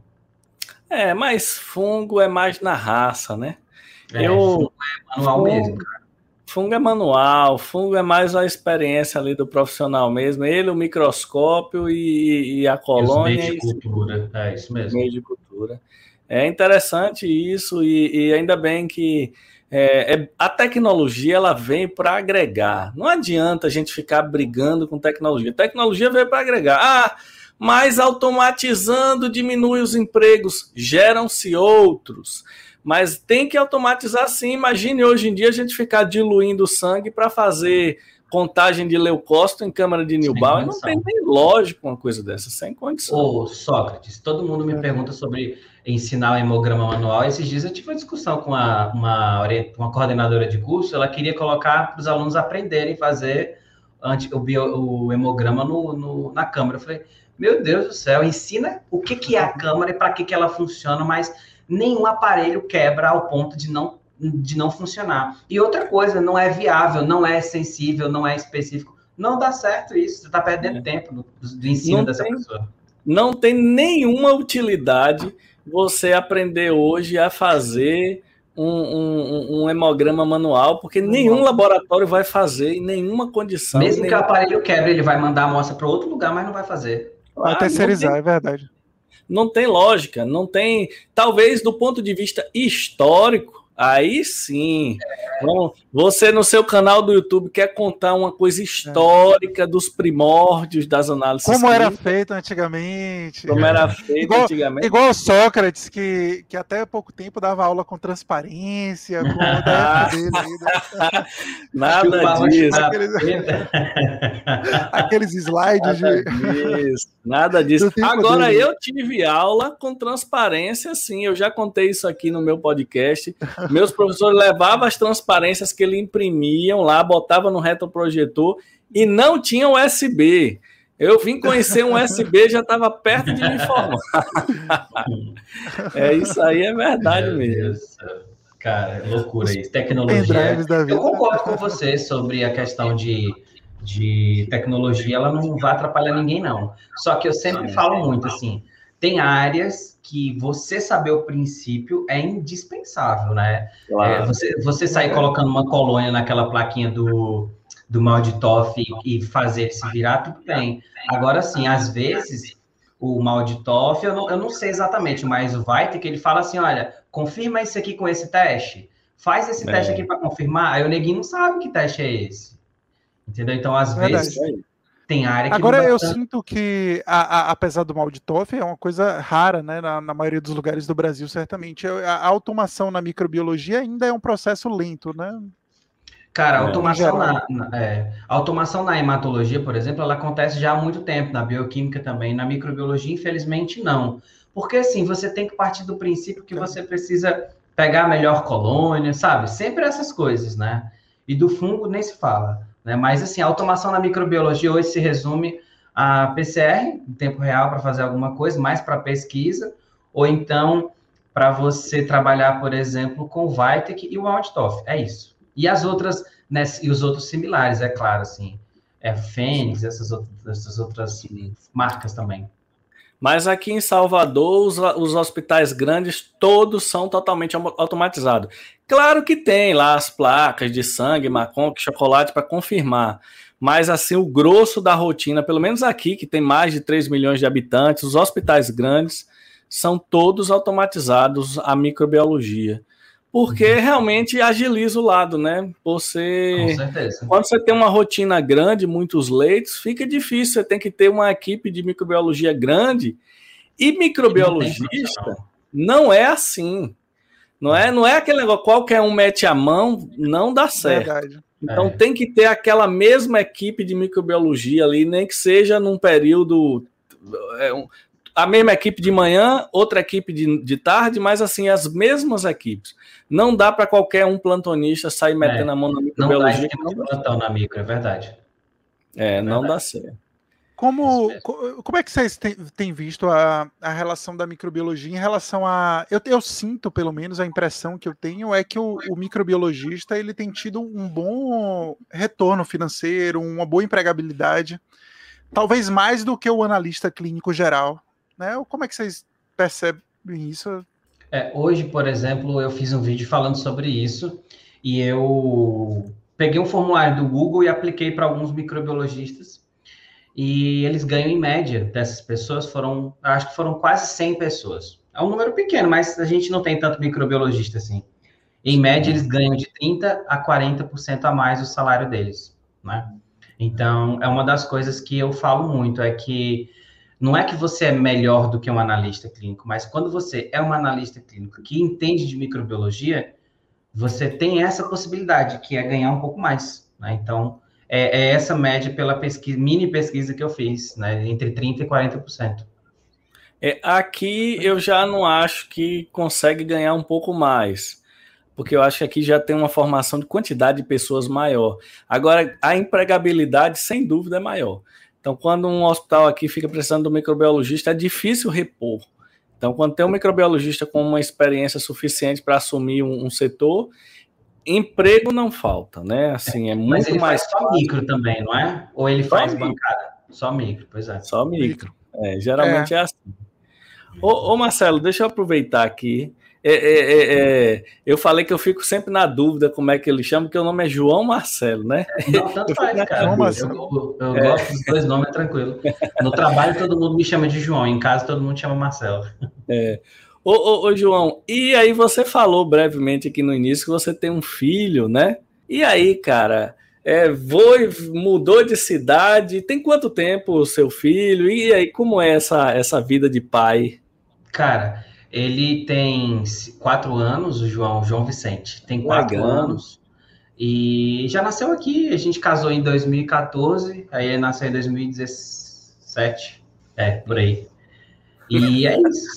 É, mas fungo é mais na raça, né? É, Eu, fungo é manual fungo... mesmo, cara. Fungo é manual, fungo é mais a experiência ali do profissional mesmo, ele, o microscópio e, e a colônia. E os meios de cultura, é isso mesmo. Meio de cultura. É interessante isso e, e ainda bem que é, é, a tecnologia ela vem para agregar. Não adianta a gente ficar brigando com tecnologia. A tecnologia veio para agregar. Ah, mas automatizando diminui os empregos, geram-se outros. Mas tem que automatizar sim. Imagine hoje em dia a gente ficar diluindo sangue para fazer contagem de leucócito em câmara de Newborn. Não tem nem lógico uma coisa dessa, sem condição. Ô, Sócrates, todo mundo me pergunta sobre ensinar o hemograma manual. Esses dias eu tive uma discussão com uma, uma, uma coordenadora de curso, ela queria colocar para os alunos aprenderem a fazer o, bio, o hemograma no, no, na câmara. Eu falei, meu Deus do céu, ensina o que, que é a câmara e para que, que ela funciona, mas nenhum aparelho quebra ao ponto de não, de não funcionar. E outra coisa, não é viável, não é sensível, não é específico. Não dá certo isso, você está perdendo é. tempo do, do ensino não dessa tem, pessoa. Não tem nenhuma utilidade você aprender hoje a fazer um, um, um hemograma manual, porque nenhum não. laboratório vai fazer, em nenhuma condição. Mesmo nenhuma... que o aparelho quebre, ele vai mandar a amostra para outro lugar, mas não vai fazer. Vai ah, terceirizar, tem... é verdade. Não tem lógica, não tem... Talvez do ponto de vista histórico, aí sim. É. Bom, você no seu canal do YouTube quer contar uma coisa histórica é. dos primórdios das análises Como clínicas. Era feito antigamente. Como era feito igual, antigamente. Igual Sócrates, que, que até há pouco tempo dava aula com transparência, com o da época dele ainda. Nada disso. Aqueles, aqueles slides. Nada de... disso. Nada disso. Agora, dele. eu tive aula com transparência, sim. Eu já contei isso aqui no meu podcast. Meus professores levavam as transparências que eles imprimiam lá, botavam no retroprojetor e não tinha U S B. Eu vim conhecer um U S B, já estava perto de me formar. É, isso aí é verdade Meu mesmo. Deus. Cara, é loucura isso. Tecnologia. Eu concordo com você sobre a questão de, de tecnologia, ela não vai atrapalhar ninguém, não. Só que eu sempre falo muito assim, tem áreas que você saber o princípio é indispensável, né? Claro. É, você, você sair colocando uma colônia naquela plaquinha do, do mal de Toff e, e fazer ele se virar, tudo bem. Agora, sim, às vezes, o mal de Toff, eu não, eu não sei exatamente, mas o Vitek, ele fala assim, olha, confirma isso aqui com esse teste, faz esse é. teste aqui para confirmar, aí o neguinho não sabe que teste é esse. Entendeu? Então, às Verdade. vezes... Tem área que Agora, eu tanto... sinto que, a, a, apesar do mal de Toff, é uma coisa rara, né, na, na maioria dos lugares do Brasil, certamente. A, a automação na microbiologia ainda é um processo lento, né? Cara, a automação, é, na, na, é, a automação na hematologia, por exemplo, ela acontece já há muito tempo, na bioquímica também, na microbiologia, infelizmente, não. Porque, assim, você tem que partir do princípio que você precisa pegar a melhor colônia, sabe? Sempre essas coisas, né? E do fungo nem se fala. Né? Mas, assim, a automação na microbiologia hoje se resume a P C R, em tempo real, para fazer alguma coisa, mais para pesquisa, ou então para você trabalhar, por exemplo, com o Vitek e o Althoff. É isso. E as outras, né, e os outros similares, é claro, assim. é Fênix, essas outras, essas outras marcas também. Mas aqui em Salvador, os, os hospitais grandes, todos são totalmente automatizados. Claro que tem lá as placas de sangue, Maconque, chocolate para confirmar. Mas assim, o grosso da rotina, pelo menos aqui, que tem mais de três milhões de habitantes, os hospitais grandes são todos automatizados a microbiologia. Porque uhum. realmente agiliza o lado, né? Você, com certeza. Quando você tem uma rotina grande, muitos leitos, fica difícil. Você tem que ter uma equipe de microbiologia grande. E microbiologista não, não é assim. Não é, não é aquele negócio, qualquer um mete a mão, não dá certo. Verdade. Então É. tem que ter aquela mesma equipe de microbiologia ali, nem que seja num período... É, um, a mesma equipe de manhã, outra equipe de, de tarde, mas assim, as mesmas equipes. Não dá para qualquer um plantonista sair metendo É. a mão na Não dá microbiologia. esquema de plantão na micro, é verdade. É, É não verdade. dá certo. Como, co- como é que vocês têm, têm visto a, a relação da microbiologia em relação a... Eu, eu sinto, pelo menos, a impressão que eu tenho é que o, o microbiologista ele tem tido um bom retorno financeiro, uma boa empregabilidade, talvez mais do que o analista clínico geral. Né? Como é que vocês percebem isso? É, hoje, por exemplo, eu fiz um vídeo falando sobre isso e eu peguei um formulário do Google e apliquei para alguns microbiologistas e eles ganham em média dessas pessoas, foram, acho que foram quase cem pessoas. É um número pequeno, mas a gente não tem tanto microbiologista assim. Em média, eles ganham de trinta a quarenta por cento a mais o salário deles, né? Então, é uma das coisas que eu falo muito, é que não é que você é melhor do que um analista clínico, mas quando você é um analista clínico que entende de microbiologia, você tem essa possibilidade, que é ganhar um pouco mais, né? Então, é, é essa média pela pesquisa, mini pesquisa que eu fiz, né? Entre trinta e quarenta por cento. É, aqui eu já não acho que consegue ganhar um pouco mais, porque eu acho que aqui já tem uma formação de quantidade de pessoas maior. Agora, a empregabilidade, sem dúvida, é maior. Então, quando um hospital aqui fica precisando de um microbiologista, é difícil repor. Então, quando tem um microbiologista com uma experiência suficiente para assumir um, um setor, emprego não falta, né? Assim, é muito Mas ele mais faz só fácil. micro também, não é? Ou ele Só faz micro. bancada? Só micro, pois é. Só micro. É, geralmente é, é assim. Ô, ô, Marcelo, deixa eu aproveitar aqui. É, é, é, é, eu falei que eu fico sempre na dúvida como é que ele chama, porque o nome é João Marcelo, né? Não, tanto faz, cara. Eu, eu, eu é. gosto dos dois nomes, é tranquilo. No trabalho todo mundo me chama de João, em casa todo mundo chama Marcelo. É. Ô, ô, ô, João, e aí você falou brevemente aqui no início que você tem um filho, né? E aí, cara, é, foi, mudou de cidade, tem quanto tempo o seu filho? E aí, como é essa, essa vida de pai? Cara, ele tem quatro anos, o João, João Vicente, tem quatro Legal. anos e já nasceu aqui. A gente casou em dois mil e quatorze, aí ele nasceu em dois mil e dezessete, é, por aí. E é isso.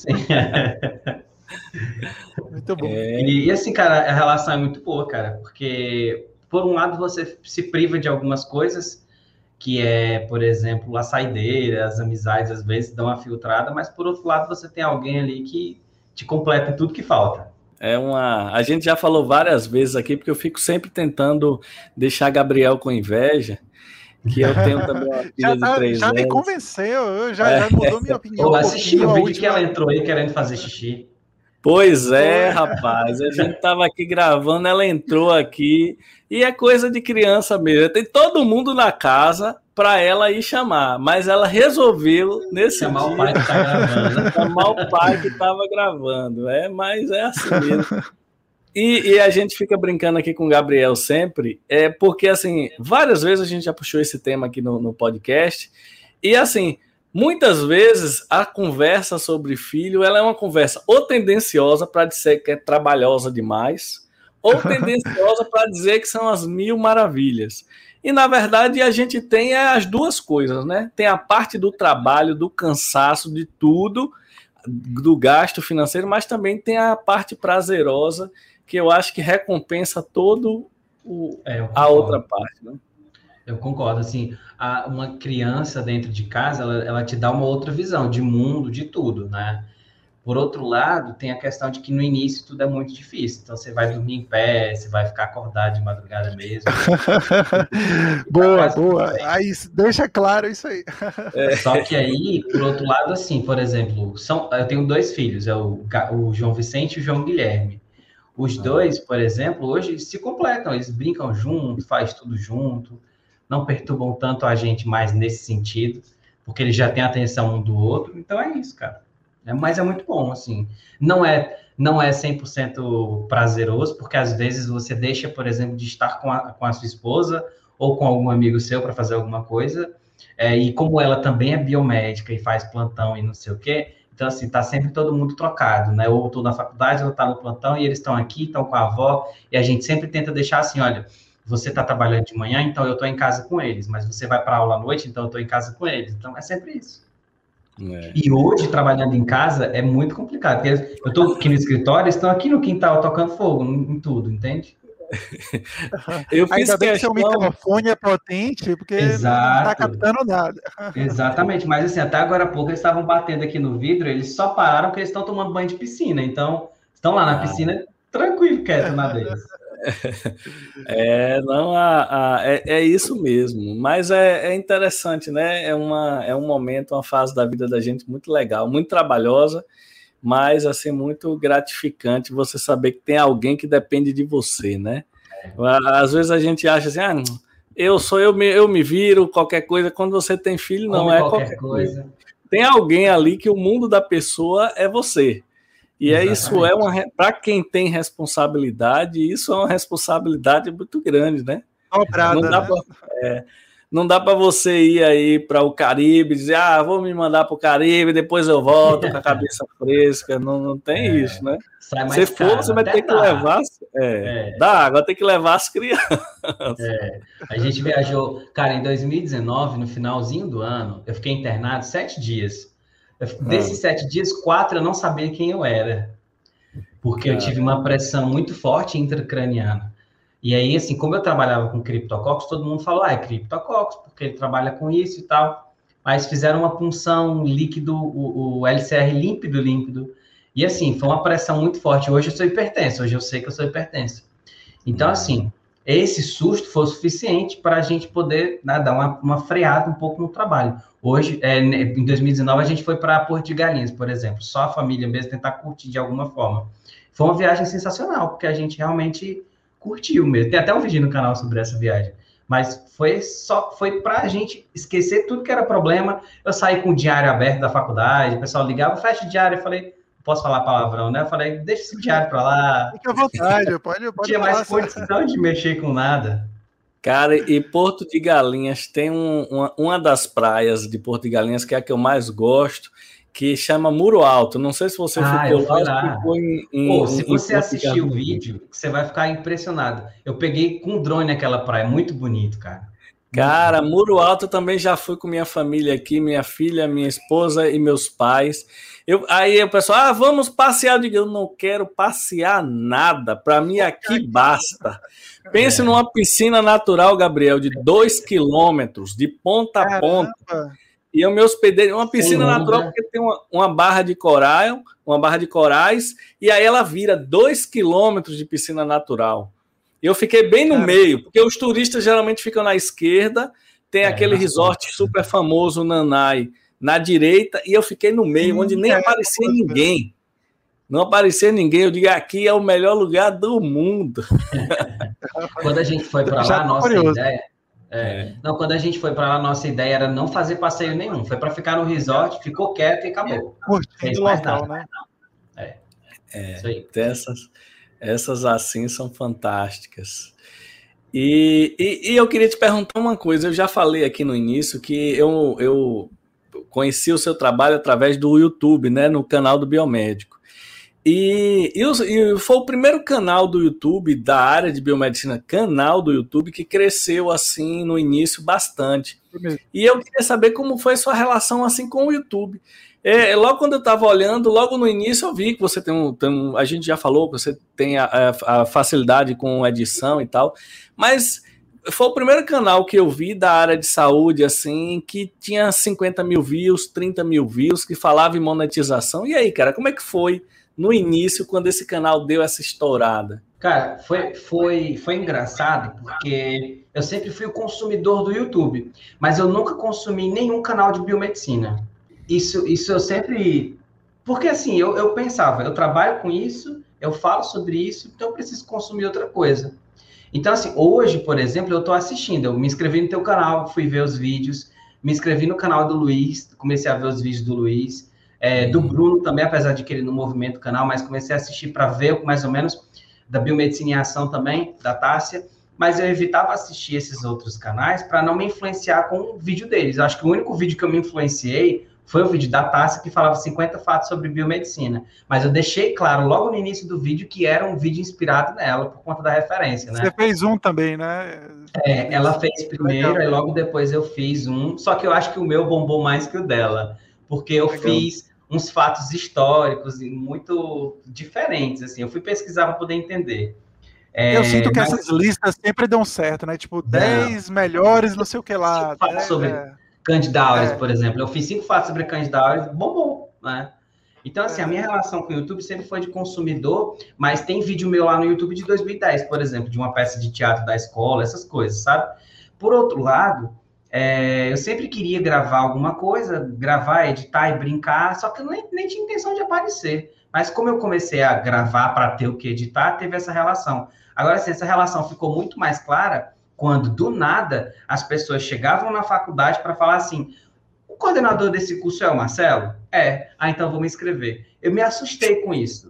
Muito bom. É... E, e assim, cara, a relação é muito boa, cara, porque por um lado você se priva de algumas coisas, que é, por exemplo, a saideira, as amizades às vezes dão uma filtrada, mas por outro lado você tem alguém ali que te completa tudo que falta. É uma... A gente já falou várias vezes aqui, porque eu fico sempre tentando deixar Gabriel com inveja, que eu tenho também uma filha já tá, de três já anos. me convenceu, já, é. já mudou minha opinião. Eu assisti o vídeo última... que ela entrou aí querendo fazer xixi. Pois é, rapaz, a gente tava aqui gravando, ela entrou aqui, e é coisa de criança mesmo. Tem todo mundo na casa para ela ir chamar, mas ela resolveu nesse chamar dia, o pai que tá gravando. chamar o pai que estava gravando, é, mas é assim mesmo. E, e a gente fica brincando aqui com o Gabriel sempre, é porque assim, várias vezes a gente já puxou esse tema aqui no, no podcast, e assim, muitas vezes a conversa sobre filho, ela é uma conversa ou tendenciosa para dizer que é trabalhosa demais, ou tendenciosa para dizer que são as mil maravilhas. E, na verdade, a gente tem as duas coisas, né? Tem a parte do trabalho, do cansaço, de tudo, do gasto financeiro, mas também tem a parte prazerosa, que eu acho que recompensa todo o, é, a outra parte, né? Eu concordo, assim, a, uma criança dentro de casa, ela, ela te dá uma outra visão de mundo, de tudo, né? Por outro lado, tem a questão de que no início tudo é muito difícil. Então, você vai dormir em pé, você vai ficar acordado de madrugada mesmo. Boa, boa. Aí, deixa claro isso aí. É. Só que aí, por outro lado, assim, por exemplo, são, eu tenho dois filhos, é o, o João Vicente e o João Guilherme. Os dois, por exemplo, hoje se completam, eles brincam junto, faz tudo junto, não perturbam tanto a gente mais nesse sentido, porque eles já têm atenção um do outro. Então, é isso, cara. É, mas é muito bom, assim. Não é, não é cem por cento prazeroso, porque às vezes você deixa, por exemplo, de estar com a, com a sua esposa ou com algum amigo seu para fazer alguma coisa, é, e como ela também é biomédica e faz plantão e não sei o quê, então, assim, tá sempre todo mundo trocado, né? Ou tô na faculdade, ou tá no plantão, e eles estão aqui, estão com a avó, e a gente sempre tenta deixar assim, olha, você tá trabalhando de manhã, então eu tô em casa com eles, mas você vai para aula à noite, então eu tô em casa com eles. Então, é sempre isso. É. E hoje, trabalhando em casa, é muito complicado. Porque eu estou aqui no escritório, eles estão aqui no quintal tocando fogo em, em tudo, entende? Eu fiz Ainda bem que seu microfone é potente, porque Exato. Não está captando nada. Exatamente, mas assim, até agora há pouco eles estavam batendo aqui no vidro, eles só pararam porque eles estão tomando banho de piscina. Então, estão lá na ah. piscina, tranquilo, quieto na deles. É, não, a, a, é, é isso mesmo, mas é, é interessante, né? É, uma, é um momento, uma fase da vida da gente muito legal, muito trabalhosa, mas assim, muito gratificante você saber que tem alguém que depende de você, né? Às vezes a gente acha assim, ah, eu sou eu me, eu me viro, qualquer coisa. Quando você tem filho, não Come é qualquer, qualquer coisa. coisa. Tem alguém ali que o mundo da pessoa é você. E é isso, é uma para quem tem responsabilidade, isso é uma responsabilidade muito grande, né? Dobrada, não dá né? pra, é, não dá para você ir aí para o Caribe e dizer, ah, vou me mandar para o Caribe, depois eu volto com a cabeça fresca. Não, não tem é, isso, né? Se for, caro, você vai ter que dá. levar. É, é. Dá, agora tem que levar as crianças. É. A gente viajou, cara, em dois mil e dezenove, no finalzinho do ano, eu fiquei internado sete dias. Desses ah. sete dias, quatro eu não sabia quem eu era, porque Cara. eu tive uma pressão muito forte intracraniana. E aí, assim, como eu trabalhava com criptococcus, todo mundo falou, ah, é criptococcus, porque ele trabalha com isso e tal. Mas fizeram uma punção líquido, o, o L C R límpido, límpido. E assim, foi uma pressão muito forte. Hoje eu sou hipertenso, hoje eu sei que eu sou hipertenso. Então, assim, esse susto foi o suficiente para a gente poder, né, dar uma, uma freada um pouco no trabalho. Hoje, é, em dois mil e dezenove, a gente foi para Porto de Galinhas, por exemplo. Só a família mesmo tentar curtir de alguma forma. Foi uma viagem sensacional, porque a gente realmente curtiu mesmo. Tem até um vídeo no canal sobre essa viagem. Mas foi só foi para a gente esquecer tudo que era problema. Eu saí com o diário aberto da faculdade, o pessoal ligava, fecha o diário. Eu falei, posso falar palavrão, né? Eu falei, deixa esse diário para lá. Fique à vontade, pode, pode Tinha mais condição de mexer com nada. Cara, e Porto de Galinhas tem um, uma, uma das praias de Porto de Galinhas que é a que eu mais gosto, que chama Muro Alto. Não sei se você ah, ficou lá. lá. Ficou em, em, Pô, se em, você em assistir o vídeo, você vai ficar impressionado. Eu peguei com drone naquela praia, muito bonito, cara. Cara, Muro Alto também já fui com minha família aqui, minha filha, minha esposa e meus pais. Eu, aí o pessoal, ah, vamos passear. Eu digo, eu não quero passear nada, para mim aqui basta. Pense é. numa piscina natural, Gabriel, de dois quilômetros, de ponta a ponta. Caramba. E eu me hospedei uma piscina Sim, natural, né? Porque tem uma, uma barra de coral, uma barra de corais, e aí ela vira dois quilômetros de piscina natural. Eu fiquei bem no Caramba. meio, porque os turistas geralmente ficam na esquerda, tem é, aquele resort super famoso, Nanai, na direita, e eu fiquei no meio, Sim, onde nem é, aparecia é ninguém. Não aparecia ninguém. Eu digo, aqui é o melhor lugar do mundo. Quando a gente foi para lá, a nossa curioso. ideia... É, não, quando a gente foi para lá, a nossa ideia era não fazer passeio nenhum. Foi para ficar no resort, ficou quieto e acabou. Curtindo o local, né? É, é isso aí. Essas, essas assim são fantásticas. E, e, e eu queria te perguntar uma coisa. Eu já falei aqui no início que eu... eu conheci o seu trabalho através do YouTube, né, no canal do Biomédico. E, e, e foi o primeiro canal do YouTube da área de biomedicina, canal do YouTube, que cresceu assim no início bastante. E eu queria saber como foi a sua relação assim com o YouTube. É, logo quando eu estava olhando, logo no início eu vi que você tem um, tem um a gente já falou que você tem a, a, a facilidade com edição e tal, mas foi o primeiro canal que eu vi da área de saúde, assim, que tinha cinquenta mil views, trinta mil views, que falava em monetização. E aí, cara, como é que foi no início, quando esse canal deu essa estourada? Cara, foi, foi, foi engraçado, porque eu sempre fui o consumidor do YouTube, mas eu nunca consumi nenhum canal de biomedicina. Isso, isso eu sempre... Porque, assim, eu, eu pensava, eu trabalho com isso, eu falo sobre isso, então eu preciso consumir outra coisa. Então, assim, hoje, por exemplo, eu estou assistindo, eu me inscrevi no teu canal, fui ver os vídeos, me inscrevi no canal do Luiz, comecei a ver os vídeos do Luiz, é, do Bruno também, apesar de que ele não movimenta o canal, mas comecei a assistir para ver mais ou menos da Biomedicina em Ação também, da Tássia, mas eu evitava assistir esses outros canais para não me influenciar com o vídeo deles. Eu acho que o único vídeo que eu me influenciei foi o vídeo da Tássia, que falava cinquenta fatos sobre biomedicina. Mas eu deixei claro logo no início do vídeo que era um vídeo inspirado nela, por conta da referência, né? Você fez um também, né? É, ela fez primeiro, Legal. e logo depois eu fiz um. Só que eu acho que o meu bombou mais que o dela, porque eu Legal. fiz uns fatos históricos muito diferentes, assim. Eu fui pesquisar para poder entender. É, eu sinto que mas... essas listas sempre dão certo, né? Tipo, dez melhores, não sei o que lá. Cinco fatos né? sobre é. Candida auris, é. por exemplo. Eu fiz cinco fatos sobre Candida auris, bombou, né? Então, assim, é. a minha relação com o YouTube sempre foi de consumidor, mas tem vídeo meu lá no YouTube de dois mil e dez, por exemplo, de uma peça de teatro da escola, essas coisas, sabe? Por outro lado, é, eu sempre queria gravar alguma coisa, gravar, editar e brincar, só que eu nem, nem tinha intenção de aparecer. Mas como eu comecei a gravar para ter o que editar, teve essa relação. Agora, assim, essa relação ficou muito mais clara quando, do nada, as pessoas chegavam na faculdade para falar assim, o coordenador desse curso é o Marcelo? É. Ah, então vou me inscrever. Eu me assustei com isso.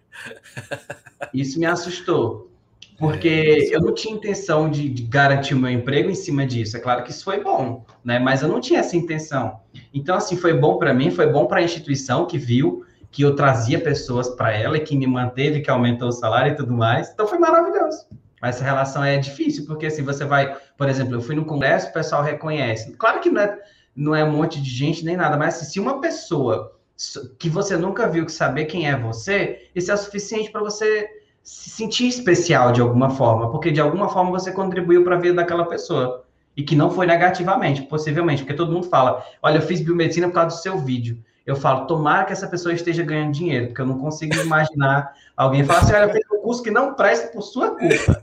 Isso me assustou. Porque eu não tinha intenção de, de garantir o meu emprego em cima disso. É claro que isso foi bom, né? Mas eu não tinha essa intenção. Então, assim, foi bom para mim, foi bom para a instituição que viu que eu trazia pessoas para ela e que me manteve, que aumentou o salário e tudo mais. Então, foi maravilhoso. Mas essa relação é difícil, porque assim, você vai... Por exemplo, eu fui no congresso, o pessoal reconhece. Claro que não é, não é um monte de gente nem nada, mas assim, se uma pessoa que você nunca viu, que saber quem é você, isso é o suficiente para você se sentir especial de alguma forma, porque de alguma forma você contribuiu para a vida daquela pessoa. E que não foi negativamente, possivelmente, porque todo mundo fala, olha, eu fiz biomedicina por causa do seu vídeo. Eu falo, tomara que essa pessoa esteja ganhando dinheiro, porque eu não consigo imaginar alguém falar assim, olha, eu fiz um curso que não presta por sua culpa.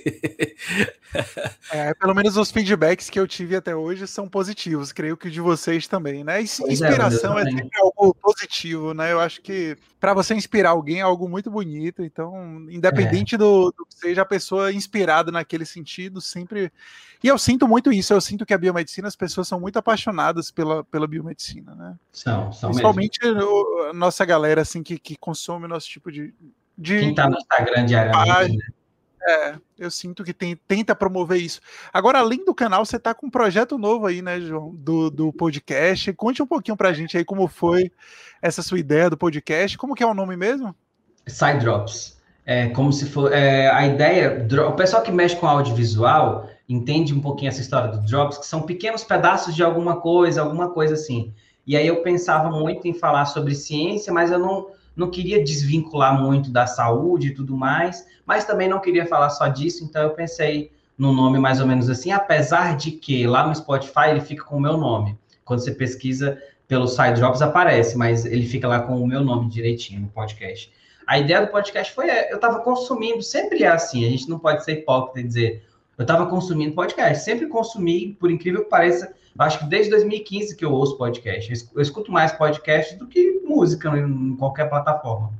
É, pelo menos os feedbacks que eu tive até hoje são positivos, creio que o de vocês também, né? Inspiração é, é sempre algo positivo, né? Eu acho que para você inspirar alguém é algo muito bonito, então, independente é. do, do que seja a pessoa inspirada naquele sentido, sempre... E eu sinto muito isso, eu sinto que a biomedicina, as pessoas são muito apaixonadas pela, pela biomedicina, né? São, são Principalmente mesmo. A nossa galera, assim, que, que consome o nosso tipo de... de Quem tá no Instagram diariamente, né? É, eu sinto que tem, tenta promover isso. Agora, além do canal, você tá com um projeto novo aí, né, João, do, do podcast. Conte um pouquinho pra gente aí como foi essa sua ideia do podcast. Como que é o nome mesmo? Side Drops. É como se for... É, a ideia... O pessoal que mexe com audiovisual entende um pouquinho essa história do Drops, que são pequenos pedaços de alguma coisa, alguma coisa assim. E aí eu pensava muito em falar sobre ciência, mas eu não... não queria desvincular muito da saúde e tudo mais, mas também não queria falar só disso, então eu pensei no nome mais ou menos assim, apesar de que lá no Spotify ele fica com o meu nome. Quando você pesquisa pelo Side Drops aparece, mas ele fica lá com o meu nome direitinho no podcast. A ideia do podcast foi, eu estava consumindo, sempre é assim, a gente não pode ser hipócrita e dizer, eu estava consumindo podcast, sempre consumi, por incrível que pareça, acho que desde dois mil e quinze que eu ouço podcast. Eu escuto mais podcast do que música em qualquer plataforma.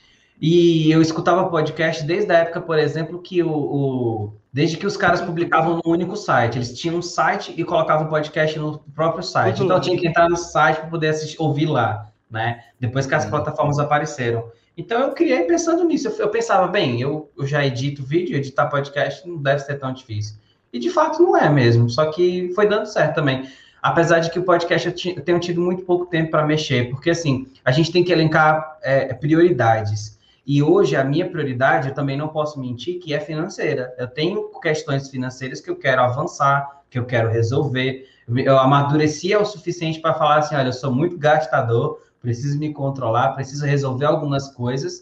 E eu escutava podcast desde a época, por exemplo, que o, o... desde que os caras publicavam no único site. Eles tinham um site e colocavam podcast no próprio site. Então eu tinha que entrar no site para poder assistir, ouvir lá, né? Depois que as plataformas apareceram. Então eu criei pensando nisso. Eu, eu pensava, bem, eu, eu já edito vídeo, editar podcast não deve ser tão difícil. E de fato não é mesmo, só que foi dando certo também. Apesar de que o podcast eu, t- eu tenho tido muito pouco tempo para mexer, porque assim, a gente tem que elencar é, prioridades. E hoje a minha prioridade, eu também não posso mentir, que é financeira. Eu tenho questões financeiras que eu quero avançar, que eu quero resolver. Eu amadureci o suficiente para falar assim, olha, eu sou muito gastador, preciso me controlar, preciso resolver algumas coisas.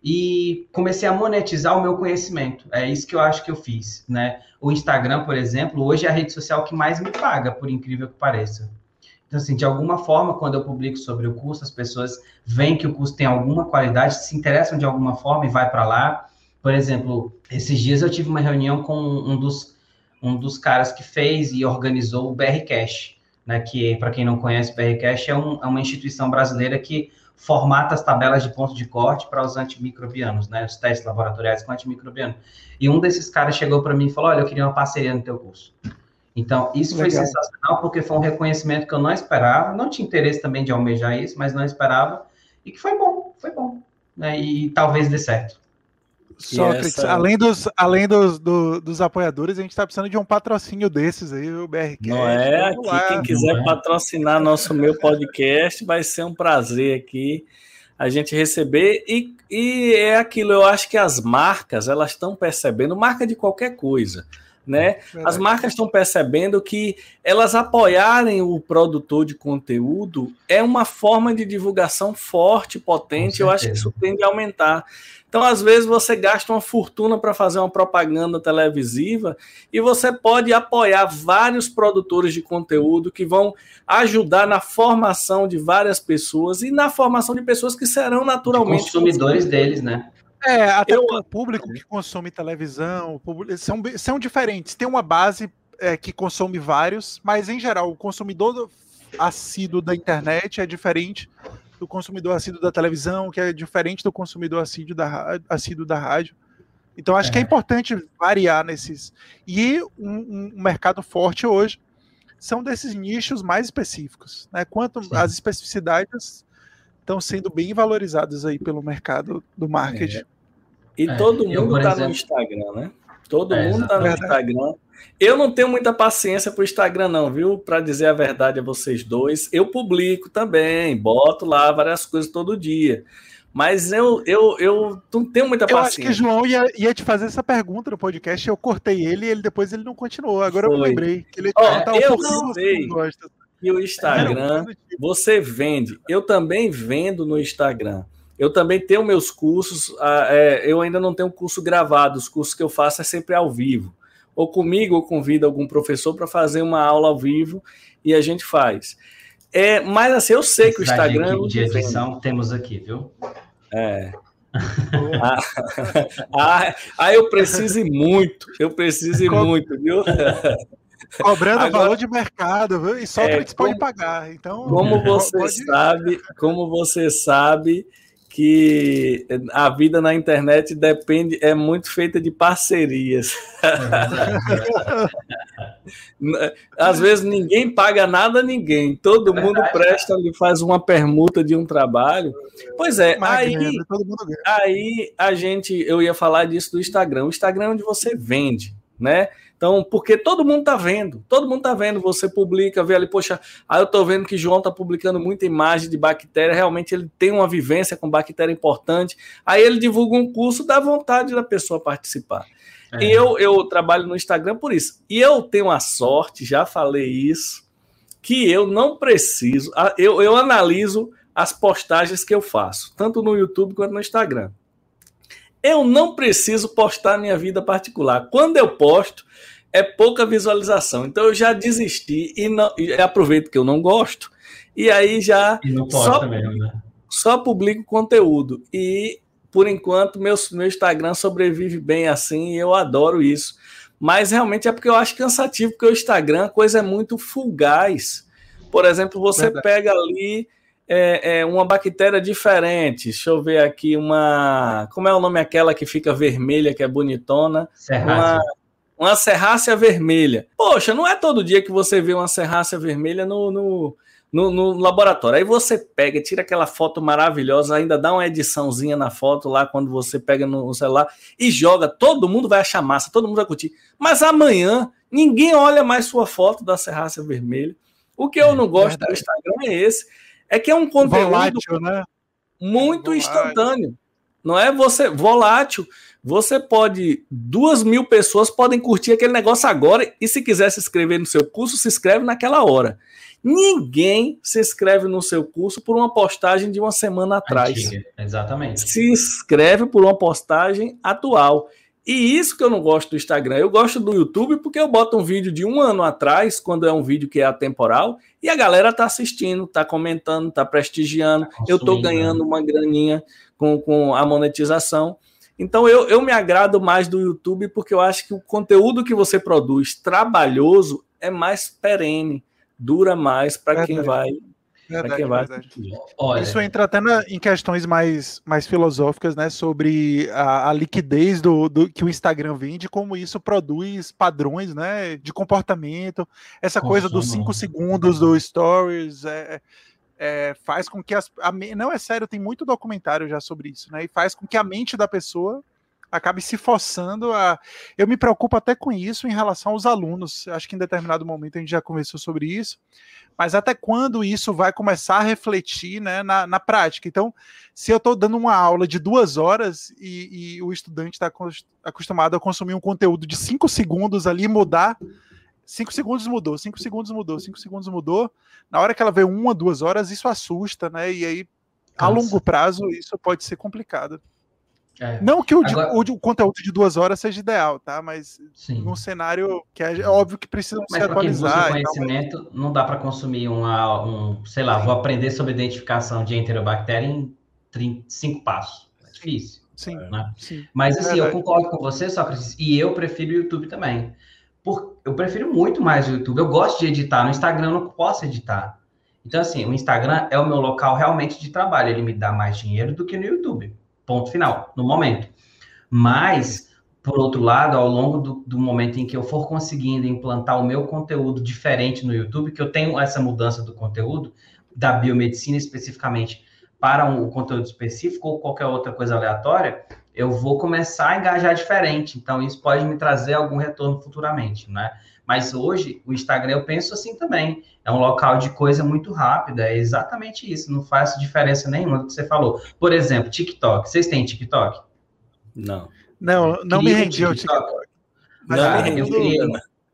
e comecei a monetizar o meu conhecimento. É isso que eu acho que eu fiz, né? O Instagram, por exemplo, hoje é a rede social que mais me paga, por incrível que pareça. Então, assim, de alguma forma, quando eu publico sobre o curso, as pessoas veem que o curso tem alguma qualidade, se interessam de alguma forma e vai para lá. Por exemplo, esses dias eu tive uma reunião com um dos, um dos caras que fez e organizou o BRCash, né? Que, para quem não conhece, o BRCash é, um, é uma instituição brasileira que formata as tabelas de ponto de corte para os antimicrobianos, né? Os testes laboratoriais com antimicrobiano. E um desses caras chegou para mim e falou, olha, eu queria uma parceria no teu curso. Então, isso Legal. Foi sensacional, porque foi um reconhecimento que eu não esperava, não tinha interesse também de almejar isso, mas não esperava, e que foi bom, foi bom, né? E, e talvez dê certo. Sócrates, essa... além, dos, além dos, do, dos apoiadores, a gente está precisando de um patrocínio desses aí, o BRCast. Não é? Aqui, lá. Quem quiser é. patrocinar nosso meu podcast, vai ser um prazer aqui a gente receber. E, e é aquilo, eu acho que as marcas, elas estão percebendo, marca de qualquer coisa, né? As marcas estão percebendo que elas apoiarem o produtor de conteúdo é uma forma de divulgação forte, potente, eu acho que isso tende a aumentar. Então, às vezes, você gasta uma fortuna para fazer uma propaganda televisiva e você pode apoiar vários produtores de conteúdo que vão ajudar na formação de várias pessoas e na formação de pessoas que serão naturalmente... De consumidores deles, né? É, até eu... o público que consome televisão público, são, são diferentes. Tem uma base é, que consome vários, mas, em geral, o consumidor assíduo da internet é diferente do consumidor assíduo da televisão, que é diferente do consumidor assíduo da, assíduo da rádio. Então, acho é. que é importante variar nesses... E um, um mercado forte hoje são desses nichos mais específicos, né? Quanto Sim. as especificidades estão sendo bem valorizadas aí pelo mercado do marketing. É. E é. todo mundo está no Instagram, né? Todo é, mundo está no Instagram. Eu não tenho muita paciência para o Instagram, não, viu? Para dizer a verdade a vocês dois. Eu publico também, boto lá várias coisas todo dia. Mas eu, eu, eu não tenho muita paciência. Eu acho que o João ia, ia te fazer essa pergunta no podcast, eu cortei ele e ele, depois ele não continuou. Agora Foi. eu me lembrei. Que ele ia oh, eu não sei que o Instagram, você vende. Eu também vendo no Instagram. Eu também tenho meus cursos, é, eu ainda não tenho curso gravado, os cursos que eu faço é sempre ao vivo. Ou comigo, eu convido algum professor para fazer uma aula ao vivo e a gente faz. É, mas assim, eu sei que o Instagram... De edição temos aqui, viu? É. ah, ah, ah, eu preciso ir muito, eu preciso ir Co... muito, viu? Cobrando Agora, valor de mercado, viu? E Sócrates é, pode pagar. Então, como você pode... sabe, como você sabe... que a vida na internet depende, é muito feita de parcerias. É Às vezes ninguém paga nada a ninguém, todo é mundo presta e faz uma permuta de um trabalho. Pois é, aí, aí a gente, eu ia falar disso do Instagram. O Instagram é onde você vende, né? Então, porque todo mundo tá vendo, todo mundo tá vendo, você publica, vê ali, poxa, aí eu tô vendo que João tá publicando muita imagem de bactéria, realmente ele tem uma vivência com bactéria importante, aí ele divulga um curso, dá vontade da pessoa participar. É. E eu, eu trabalho no Instagram por isso. E eu tenho a sorte, já falei isso, que eu não preciso, eu, eu analiso as postagens que eu faço, tanto no YouTube quanto no Instagram. Eu não preciso postar minha vida particular. Quando eu posto, é pouca visualização. Então, eu já desisti e, não, e aproveito que eu não gosto. E aí já e não posta só, mesmo, né? só publico conteúdo. E, por enquanto, meu, meu Instagram sobrevive bem assim e eu adoro isso. Mas, realmente, é porque eu acho cansativo, porque o Instagram, a coisa é muito fugaz. Por exemplo, você Verdade. pega ali... É, é uma bactéria diferente. Deixa eu ver aqui uma... Como é o nome aquela que fica vermelha, que é bonitona? Serrácea. Uma, uma serrácea vermelha. Poxa, não é todo dia que você vê uma serrácea vermelha no, no, no, no laboratório. Aí você pega, tira aquela foto maravilhosa, ainda dá uma ediçãozinha na foto lá quando você pega no, no celular e joga. Todo mundo vai achar massa, todo mundo vai curtir. Mas amanhã, ninguém olha mais sua foto da serrácea vermelha. O que eu não gosto Verdade. do Instagram é esse. É que é um conteúdo Volátil, né? muito Volátil. instantâneo. Não é você volátil. Você pode, duas mil pessoas podem curtir aquele negócio agora e se quiser se inscrever no seu curso, se inscreve naquela hora. Ninguém se inscreve no seu curso por uma postagem de uma semana atrás. Antiga, exatamente. Se inscreve por uma postagem atual. E isso que eu não gosto do Instagram. Eu gosto do YouTube porque eu boto um vídeo de um ano atrás, quando é um vídeo que é atemporal, e a galera tá assistindo, tá comentando, tá prestigiando. Tá eu tô ganhando uma graninha com, com a monetização. Então eu, eu me agrado mais do YouTube porque eu acho que o conteúdo que você produz trabalhoso é mais perene, dura mais para quem vai. Verdade, quem vai. Olha, isso entra até na, em questões mais, mais filosóficas, né, sobre a, a liquidez do, do que o Instagram vende, como isso produz padrões, né, de comportamento, essa Consumo. coisa dos cinco segundos do Stories, é, é, faz com que as, a, não é sério, tem muito documentário já sobre isso, né, e faz com que a mente da pessoa acabe se forçando a... Eu me preocupo até com isso em relação aos alunos, acho que em determinado momento a gente já conversou sobre isso, mas até quando isso vai começar a refletir, né, na, na prática. Então, se eu estou dando uma aula de duas horas e, e o estudante está acostumado a consumir um conteúdo de cinco segundos ali, mudar, cinco segundos mudou, cinco segundos mudou, cinco segundos mudou, na hora que ela vê uma, duas horas, isso assusta, né, e aí, a Nossa. longo prazo, isso pode ser complicado. É. Não que o, Agora, de, o, o conteúdo de duas horas seja ideal, tá? Mas sim. num cenário que é, é óbvio que precisa se atualizar. Mas conhecimento, então, não dá para consumir uma, um, sei lá, sim. vou aprender sobre identificação de enterobactéria em trinta, cinco passos. É difícil. Sim. Né? sim. Mas assim, é eu concordo com você, Sócrates, e eu prefiro o YouTube também. Por, eu prefiro muito mais o YouTube. Eu gosto de editar. No Instagram eu não posso editar. Então, assim, o Instagram é o meu local realmente de trabalho. Ele me dá mais dinheiro do que no YouTube. Ponto final, no momento. Mas, por outro lado, ao longo do, do momento em que eu for conseguindo implantar o meu conteúdo diferente no YouTube, que eu tenho essa mudança do conteúdo, da biomedicina especificamente, para um, um conteúdo específico ou qualquer outra coisa aleatória, eu vou começar a engajar diferente. Então, isso pode me trazer algum retorno futuramente, né? Mas hoje, o Instagram, eu penso assim também, é um local de coisa muito rápida, é exatamente isso, não faz diferença nenhuma do que você falou. Por exemplo, TikTok, vocês têm TikTok? Não. Não, não me rendi ao TikTok. Mas não, me rendi. Queria...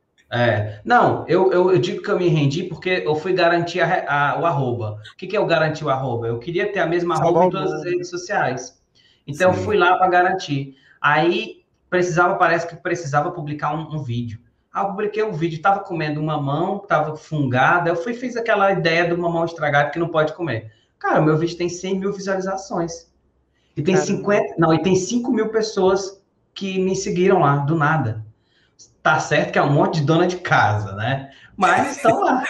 É, não, eu, eu, eu digo que eu me rendi porque eu fui garantir a, a, o arroba. O que, que é o garantir o arroba? Eu queria ter a mesma arroba em todas as redes sociais. Então, Sim. eu fui lá para garantir. Aí, precisava, parece que precisava publicar um, um vídeo. Ah, eu publiquei um vídeo, estava comendo uma mamão, estava fungada, eu fui fiz aquela ideia do mamão estragado que não pode comer. Cara, meu vídeo tem cem mil visualizações. E tem Caramba. cinquenta, não, e tem cinco mil pessoas que me seguiram lá, do nada. Tá certo que é um monte de dona de casa, né? Mas estão lá.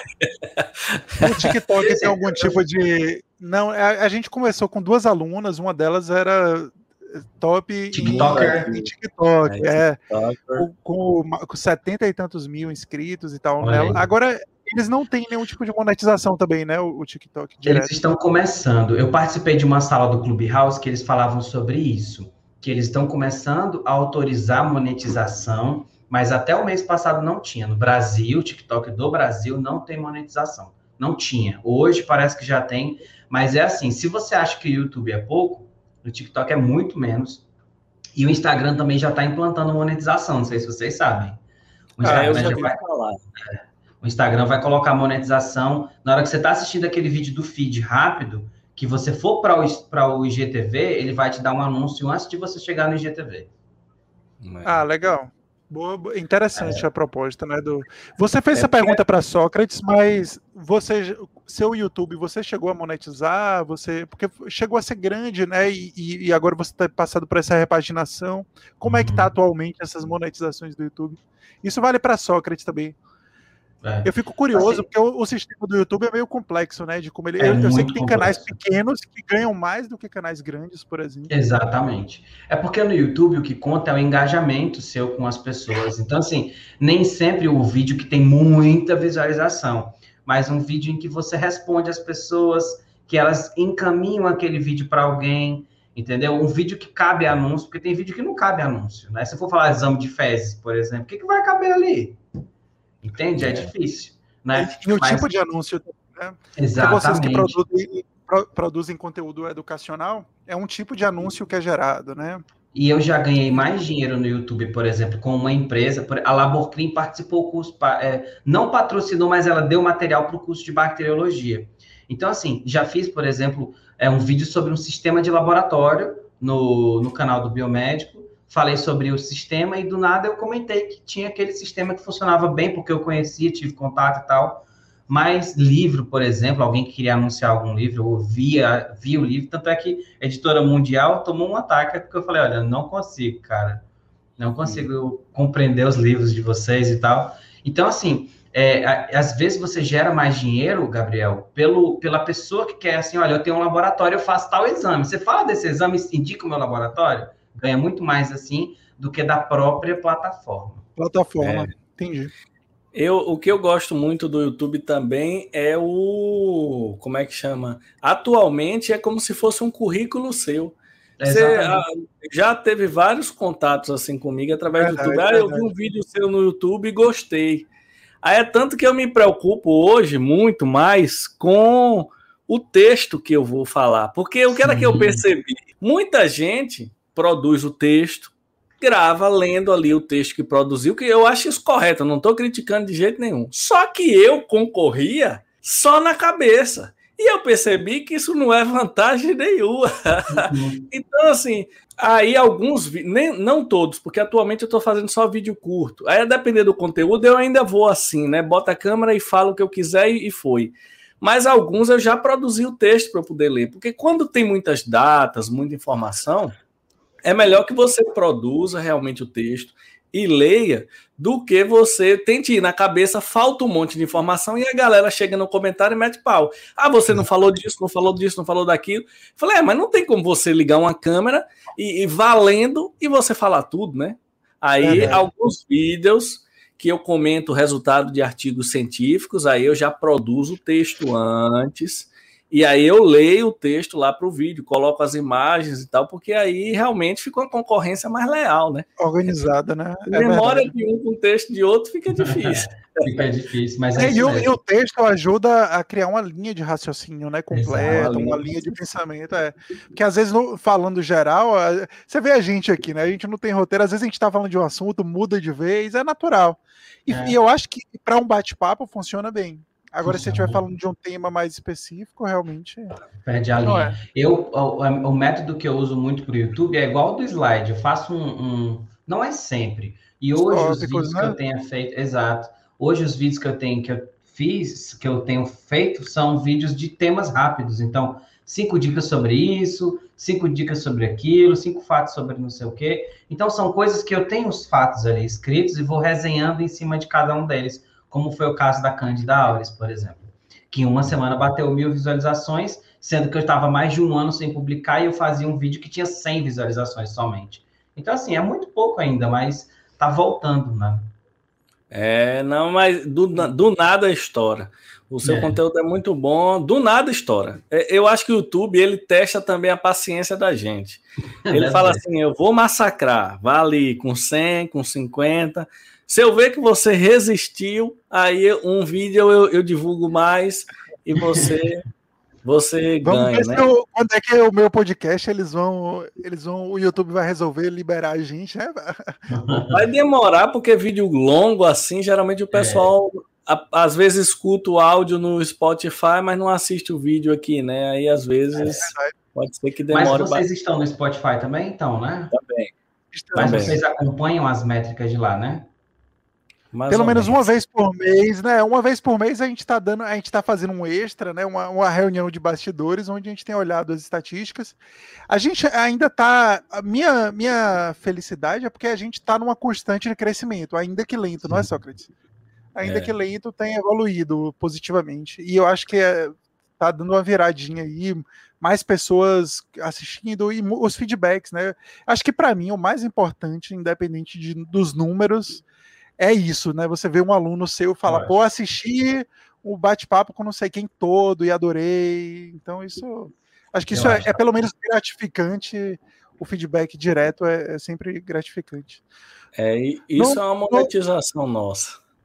O TikTok tem algum tipo de... Não, a, a gente conversou com duas alunas, uma delas era... top TikToker. em, em TikTok, é, com, com, com setenta e tantos mil inscritos e tal. Né? Agora, eles não têm nenhum tipo de monetização também, né, o, o TikTok direto. Eles estão começando. Eu participei de uma sala do Clubhouse que eles falavam sobre isso, que eles estão começando a autorizar monetização, mas até o mês passado não tinha. No Brasil, o TikTok do Brasil não tem monetização. Não tinha. Hoje parece que já tem, mas é assim, se você acha que o YouTube é pouco, o TikTok é muito menos. E o Instagram também já está implantando monetização. Não sei se vocês sabem. O Instagram, ah, eu já vai, falar. É, o Instagram vai colocar monetização. Na hora que você está assistindo aquele vídeo do feed rápido, que você for para o, o I G T V, ele vai te dar um anúncio antes de você chegar no I G T V. Ah, legal. Boa, boa. Interessante é. a proposta, né? Do... Você fez é essa pergunta para Sócrates, mas você, seu YouTube, você chegou a monetizar? Você, porque chegou a ser grande, né? E, e agora você está passando por essa repaginação. Como uhum. é que está atualmente essas monetizações do YouTube? Isso vale para Sócrates também. É. Eu fico curioso, assim, porque o, o sistema do YouTube é meio complexo, né? De como ele. É eu, eu sei que tem complexo. Canais pequenos que ganham mais do que canais grandes, por exemplo. Exatamente. É porque no YouTube o que conta é o engajamento seu com as pessoas. Então, assim, nem sempre o vídeo que tem muita visualização, mas um vídeo em que você responde às pessoas, que elas encaminham aquele vídeo para alguém, entendeu? Um vídeo que cabe anúncio, porque tem vídeo que não cabe anúncio, né? Se eu for falar de exame de fezes, por exemplo, o que, que vai caber ali? Entende? É, é difícil, né? E o Mas... tipo de anúncio, né? Exatamente. Porque vocês que produzem pro, produzem conteúdo educacional, é um tipo de anúncio que é gerado, né? E eu já ganhei mais dinheiro no YouTube, por exemplo, com uma empresa, a Laborcrim participou do curso, é, não patrocinou, mas ela deu material para o curso de bacteriologia. Então, assim, já fiz, por exemplo, é, um vídeo sobre um sistema de laboratório no, no canal do Biomédico, falei sobre o sistema e do nada eu comentei que tinha aquele sistema que funcionava bem, porque eu conhecia, tive contato e tal. Mas livro, por exemplo, alguém que queria anunciar algum livro, eu via, via o livro, tanto é que a Editora Mundial tomou um ataque, porque eu falei, olha, não consigo, cara, não consigo compreender os livros de vocês e tal. Então, assim, é, às vezes você gera mais dinheiro, Gabriel, pelo, pela pessoa que quer, assim, olha, eu tenho um laboratório, eu faço tal exame. Você fala desse exame, indica o meu laboratório, ganha muito mais, assim, do que da própria plataforma. Plataforma, é. Entendi. Eu, o que eu gosto muito do YouTube também é o... Como é que chama? Atualmente é como se fosse um currículo seu. Você ah, já teve vários contatos assim comigo através do YouTube. Ah, eu vi um vídeo seu no YouTube e gostei. Aí é tanto que eu me preocupo hoje muito mais com o texto que eu vou falar. Porque o que era que eu percebi? Muita gente produz o texto, grava lendo ali o texto que produziu, que eu acho isso correto, eu não estou criticando de jeito nenhum. Só que eu concorria só na cabeça. E eu percebi que isso não é vantagem nenhuma. Uhum. Então, assim, aí alguns, nem, não todos, porque atualmente eu estou fazendo só vídeo curto. Aí, a depender do conteúdo, eu ainda vou assim, né? Bota a câmera e falo o que eu quiser e, e foi. Mas alguns eu já produzi o texto para eu poder ler. Porque quando tem muitas datas, muita informação, é melhor que você produza realmente o texto e leia do que você tente ir na cabeça, falta um monte de informação e a galera chega no comentário e mete pau. Ah, você não falou disso, não falou disso, não falou daquilo. Falei, é, mas não tem como você ligar uma câmera e, e valendo e você falar tudo, né? Aí, é alguns vídeos que eu comento o resultado de artigos científicos, aí eu já produzo o texto antes. E aí eu leio o texto lá para o vídeo, coloco as imagens e tal, porque aí realmente fica uma concorrência mais leal, né? Organizada, né? É memória de um com o texto de outro fica difícil. Fica difícil, mas é, é e, o, e o texto ajuda a criar uma linha de raciocínio, né? Completa, Exato, uma linha de pensamento. É. Porque às vezes, no, falando geral, você vê a gente aqui, né? A gente não tem roteiro, às vezes a gente tá falando de um assunto, muda de vez, é natural. E, é. e eu acho que para um bate-papo funciona bem. Agora, se você estiver falando de um tema mais específico, realmente... Perde a linha. É. Eu, o, o método que eu uso muito para o YouTube é igual ao do slide. Eu faço um... um... Não é sempre. E hoje os vídeos que eu tenho feito... Exato. Hoje os vídeos que eu tenho, que eu fiz, que eu tenho feito, são vídeos de temas rápidos. Então, cinco dicas sobre isso, cinco dicas sobre aquilo, cinco fatos sobre não sei o quê. Então, são coisas que eu tenho os fatos ali escritos e vou resenhando em cima de cada um deles, como foi o caso da Cândida Auris, por exemplo, que em uma semana bateu mil visualizações, sendo que eu estava mais de um ano sem publicar e eu fazia um vídeo que tinha cem visualizações somente. Então, assim, é muito pouco ainda, mas tá voltando, né? É, não, mas do, do nada estoura. O seu é. conteúdo é muito bom, do nada estoura. Eu acho que o YouTube, ele testa também a paciência da gente. Ele é fala assim, eu vou massacrar, vá ali com cem, com cinquenta... Se eu ver que você resistiu, aí um vídeo eu, eu divulgo mais e você, você Vamos ganha, ver né? Se eu, quando é que é o meu podcast, eles vão, eles vão, o YouTube vai resolver liberar a gente, né? Vai demorar, porque vídeo longo assim, geralmente o pessoal é. a, às vezes escuta o áudio no Spotify, mas não assiste o vídeo aqui, né? Aí às vezes é pode ser que demore. Mas vocês bastante. Estão no Spotify também, então, né? Também. Mas também. Vocês acompanham as métricas de lá, né? Mais Pelo menos, menos uma vez por mês, né? Uma vez por mês a gente está dando, a gente está fazendo um extra, né? Uma, uma reunião de bastidores onde a gente tem olhado as estatísticas. A gente ainda está. A minha, minha felicidade é porque a gente está numa constante de crescimento, ainda que lento, Sim. não é, Sócrates? Ainda é. que lento, tem evoluído positivamente. E eu acho que está é, dando uma viradinha aí, mais pessoas assistindo e os feedbacks, né? Acho que para mim o mais importante, independente de, dos números, é isso, né? Você vê um aluno seu falar, pô, assisti o bate-papo com não sei quem todo e adorei. Então, isso. Acho que isso é, é pelo menos gratificante. O feedback direto é, é sempre gratificante. É, isso não, é uma monetização não... nossa.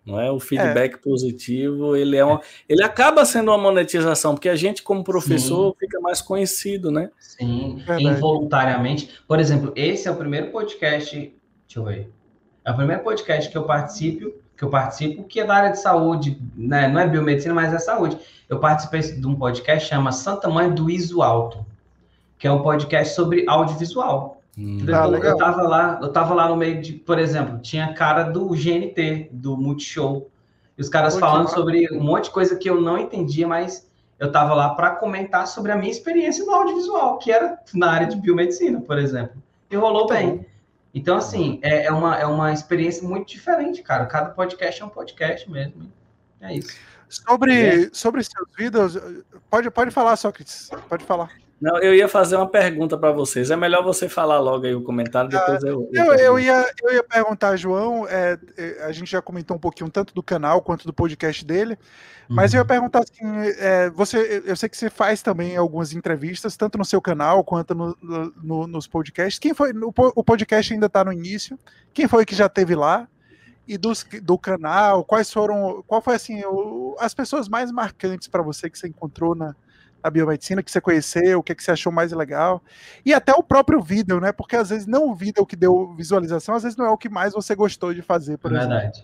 Não é? O feedback é. positivo, ele, é uma, ele acaba sendo uma monetização, porque a gente, como professor, Sim. fica mais conhecido, né? Sim, Verdade. involuntariamente. Por exemplo, esse é o primeiro podcast, deixa eu ver, é o primeiro podcast que eu participo, que eu participo, que é da área de saúde, né? Não é biomedicina, mas é saúde. Eu participei de um podcast que chama Santa Mãe do Iso Alto, que é um podcast sobre audiovisual. Hum, eu, eu tava lá, eu tava lá no meio de, por exemplo, tinha cara do G N T, do Multishow, e os caras Pô, falando sobre um monte de coisa que eu não entendia, mas eu tava lá para comentar sobre a minha experiência no audiovisual, que era na área de biomedicina, por exemplo. E rolou tá bem. Bom. Então, assim, é, é, uma, é uma experiência muito diferente, cara. Cada podcast é um podcast mesmo. É isso. Sobre, é. sobre seus vídeos, pode, pode falar, Sócrates, pode falar. Não, eu ia fazer uma pergunta para vocês. É melhor você falar logo aí o comentário, depois ah, eu... Eu, eu, ia, eu ia perguntar, João, é, a gente já comentou um pouquinho tanto do canal quanto do podcast dele, mas uhum. eu ia perguntar assim, é, você, eu sei que você faz também algumas entrevistas, tanto no seu canal quanto no, no, nos podcasts. Quem foi, no, o podcast ainda está no início, quem foi que já teve lá? E dos, do canal, quais foram, qual foi assim, o, as pessoas mais marcantes para você que você encontrou na a biomedicina, que você conheceu, o que, que você achou mais legal, e até o próprio vídeo, né, porque às vezes não o vídeo que deu visualização, às vezes não é o que mais você gostou de fazer, por exemplo. Verdade.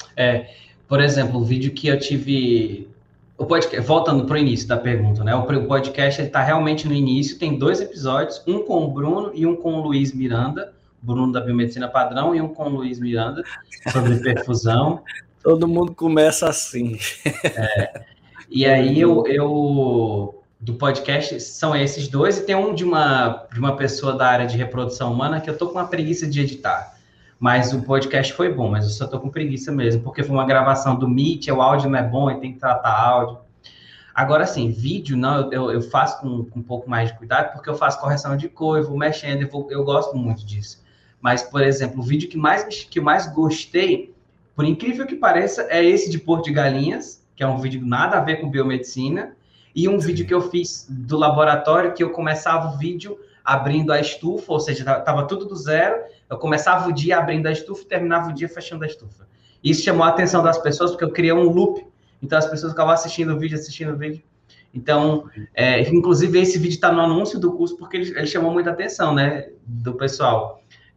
É, por exemplo, o vídeo que eu tive, o podcast, voltando para o início da pergunta, né, o podcast está realmente no início, tem dois episódios, um com o Bruno e um com o Luiz Miranda, Bruno da Biomedicina Padrão, e um com o Luiz Miranda, sobre perfusão. Todo mundo começa assim. É, e aí eu... eu do podcast são esses dois, e tem um de uma, de uma pessoa da área de reprodução humana que eu tô com uma preguiça de editar, mas o podcast foi bom, mas eu só tô com preguiça mesmo, porque foi uma gravação do Meet, o áudio não é bom, e tem que tratar áudio. Agora, assim, vídeo, não, eu, eu faço com, com um pouco mais de cuidado, porque eu faço correção de cor, eu vou mexendo, eu, vou, eu gosto muito disso. Mas, por exemplo, o vídeo que mais, que eu mais gostei, por incrível que pareça, é esse de Porto de Galinhas, que é um vídeo nada a ver com biomedicina, e um vídeo que eu fiz do laboratório, que eu começava o vídeo abrindo a estufa, ou seja, estava tudo do zero, eu começava o dia abrindo a estufa e terminava o dia fechando a estufa. Isso chamou a atenção das pessoas, porque eu criei um loop, então as pessoas ficavam assistindo o vídeo, assistindo o vídeo. Então, é, inclusive, esse vídeo está no anúncio do curso, porque ele, ele chamou muita atenção, né, do pessoal.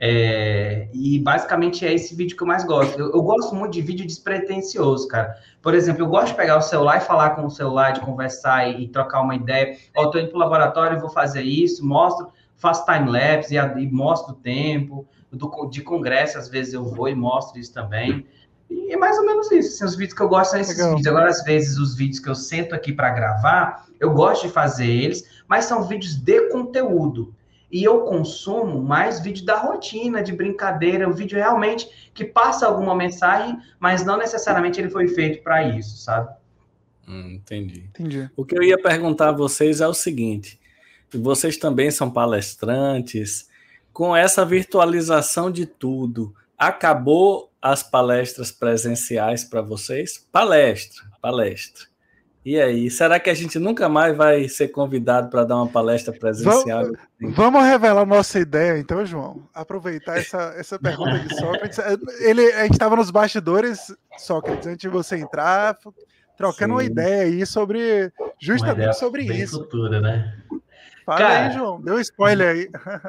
É, e basicamente é esse vídeo que eu mais gosto. Eu, eu gosto muito de vídeo despretensioso, cara. Por exemplo, eu gosto de pegar o celular e falar com o celular, de conversar e, e trocar uma ideia. Ó, eu tô indo pro laboratório, vou fazer isso, mostro, faço time-lapse e, e mostro o tempo. Do, de congresso, às vezes eu vou e mostro isso também. E é mais ou menos isso. Assim, os vídeos que eu gosto são esses Legal. vídeos. Agora, às vezes, os vídeos que eu sento aqui para gravar, eu gosto de fazer eles, mas são vídeos de conteúdo. E eu consumo mais vídeo da rotina, de brincadeira, um vídeo realmente que passa alguma mensagem, mas não necessariamente ele foi feito para isso, sabe? Hum, entendi. entendi. O que eu ia perguntar a vocês é o seguinte, vocês também são palestrantes, com essa virtualização de tudo, acabou as palestras presenciais para vocês? Palestra, palestra. E aí, será que a gente nunca mais vai ser convidado para dar uma palestra presencial? Vamos, vamos revelar nossa ideia, então, João. Aproveitar essa, essa pergunta de Sócrates. Ele, a gente estava nos bastidores, Sócrates, antes de você entrar, trocando Sim. uma ideia aí sobre justamente sobre bem isso. Futura, né? Fala Cara, aí, João. Deu um spoiler aí.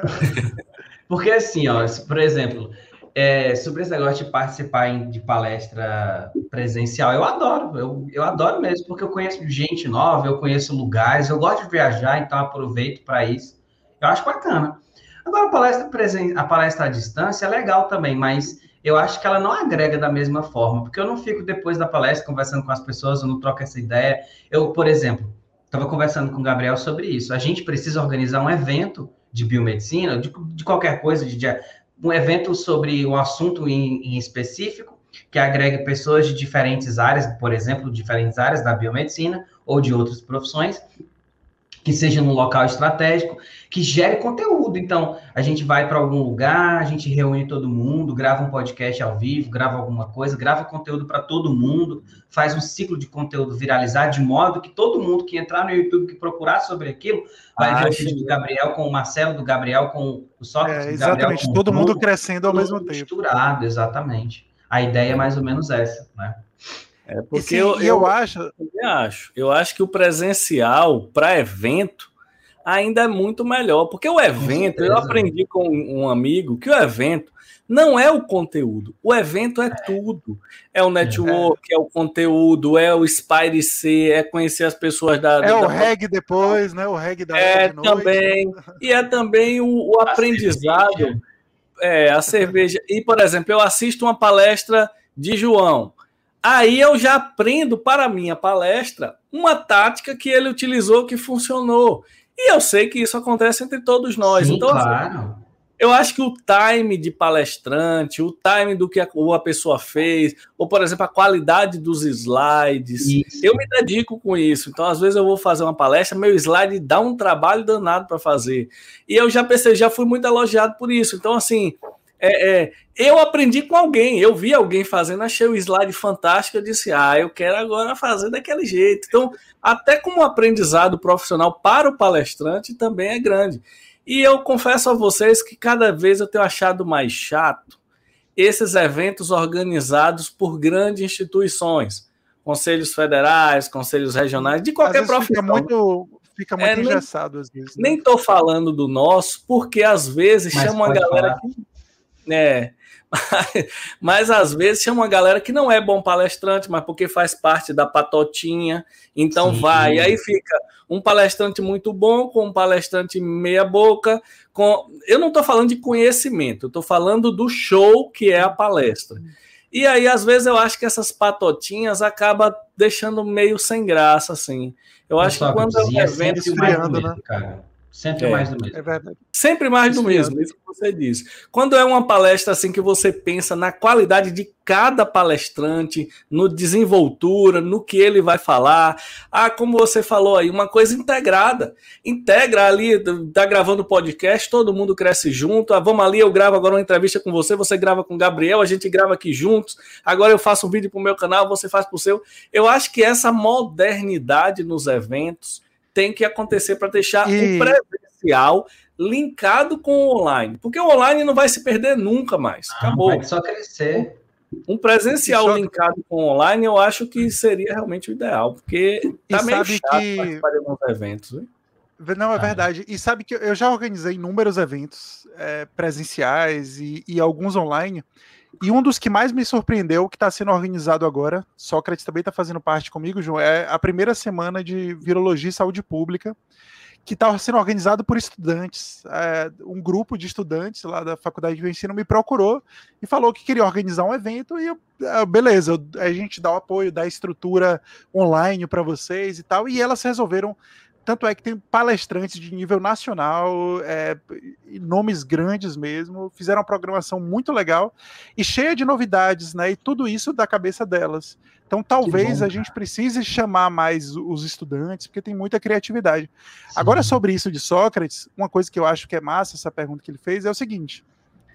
Porque assim, ó, por exemplo, é, sobre esse negócio de participar em, de palestra presencial, eu adoro, eu, eu adoro mesmo, porque eu conheço gente nova, eu conheço lugares, eu gosto de viajar, então aproveito para isso. Eu acho bacana. Agora, a palestra, presen... a palestra à distância é legal também, mas eu acho que ela não agrega da mesma forma, porque eu não fico depois da palestra conversando com as pessoas, eu não troco essa ideia. Eu, por exemplo, estava conversando com o Gabriel sobre isso. A gente precisa organizar um evento de biomedicina, de, de qualquer coisa, de, de um evento sobre um assunto em, em específico, que agregue pessoas de diferentes áreas, por exemplo, diferentes áreas da biomedicina ou de outras profissões, que seja num local estratégico, que gere conteúdo. Então, a gente vai para algum lugar, a gente reúne todo mundo, grava um podcast ao vivo, grava alguma coisa, grava conteúdo para todo mundo, faz um ciclo de conteúdo viralizar, de modo que todo mundo que entrar no YouTube, que procurar sobre aquilo, vai ah, ver o vídeo do Gabriel com o Marcelo, do Gabriel com o Sócrates, é, exatamente, Gabriel com todo o mundo Bruno, crescendo ao todo mesmo mundo tempo. Misturado, exatamente. A ideia é mais ou menos essa, né? É porque sim, eu, eu, eu acho... Eu acho. Eu acho que o presencial para evento ainda é muito melhor, porque o evento, eu aprendi com um amigo que o evento não é o conteúdo, o evento é tudo. É o network, é, é o conteúdo, é o espairecer, é conhecer as pessoas da... É da, o da... reggae depois, né? O reggae da é, de noite. também, e é também o, o aprendizado, é, a cerveja. E, por exemplo, eu assisto uma palestra de João, aí eu já aprendo para a minha palestra uma tática que ele utilizou que funcionou. E eu sei que isso acontece entre todos nós. Sim, então, claro. Assim, eu acho que o time de palestrante, o time do que a, a pessoa fez, ou, por exemplo, a qualidade dos slides, isso. Eu me dedico com isso. Então, às vezes, eu vou fazer uma palestra, meu slide dá um trabalho danado para fazer. E eu já percebi, já fui muito elogiado por isso. Então, assim... É, é, eu aprendi com alguém, eu vi alguém fazendo, achei o slide fantástico, eu disse, ah, eu quero agora fazer daquele jeito. Então, até como aprendizado profissional para o palestrante também é grande. E eu confesso a vocês que cada vez eu tenho achado mais chato esses eventos organizados por grandes instituições, conselhos federais, conselhos regionais, de qualquer profissão. Fica muito, fica muito é, engessado às vezes. Né? Nem estou falando do nosso, porque às vezes Mas chama uma galera falar. que... É, mas, mas às vezes chama uma galera que não é bom palestrante, mas porque faz parte da patotinha, então Sim. vai, e aí fica um palestrante muito bom com um palestrante meia boca, com... eu não estou falando de conhecimento, eu estou falando do show que é a palestra. E aí, às vezes, eu acho que essas patotinhas acabam deixando meio sem graça, assim. Eu Não acho que quando é um evento... Esfriando, né? Cara. Sempre é, mais do mesmo. É verdade. Sempre mais do mesmo, isso que você disse. Quando é uma palestra assim que você pensa na qualidade de cada palestrante, no desenvoltura, no que ele vai falar. Ah, como você falou aí, uma coisa integrada. Integra ali, tá gravando podcast, todo mundo cresce junto. Ah, vamos ali, eu gravo agora uma entrevista com você, você grava com o Gabriel, a gente grava aqui juntos. Agora eu faço um vídeo pro meu canal, você faz pro seu. Eu acho que essa modernidade nos eventos tem que acontecer para deixar e... o presencial linkado com o online. Porque o online não vai se perder nunca mais. Acabou. Vai só crescer. Um presencial só... linkado com o online, eu acho que seria realmente o ideal. Porque tá e meio chato que... participar de alguns eventos. Hein? Não, é verdade. E sabe que eu já organizei inúmeros eventos é, presenciais e, e alguns online. E um dos que mais me surpreendeu, que está sendo organizado agora, Sócrates também está fazendo parte comigo, João, é a primeira semana de Virologia e Saúde Pública, que está sendo organizado por estudantes. É, um grupo de estudantes lá da Faculdade de Ensino me procurou e falou que queria organizar um evento e eu, beleza, eu, a gente dá o apoio, dá a estrutura online para vocês e tal, e elas resolveram. Tanto é que tem palestrantes de nível nacional, é, nomes grandes mesmo, fizeram uma programação muito legal e cheia de novidades, né? E tudo isso da cabeça delas. Então talvez bom, a gente precise chamar mais os estudantes, porque tem muita criatividade. Sim. Agora, sobre isso de Sócrates, uma coisa que eu acho que é massa, essa pergunta que ele fez, é o seguinte.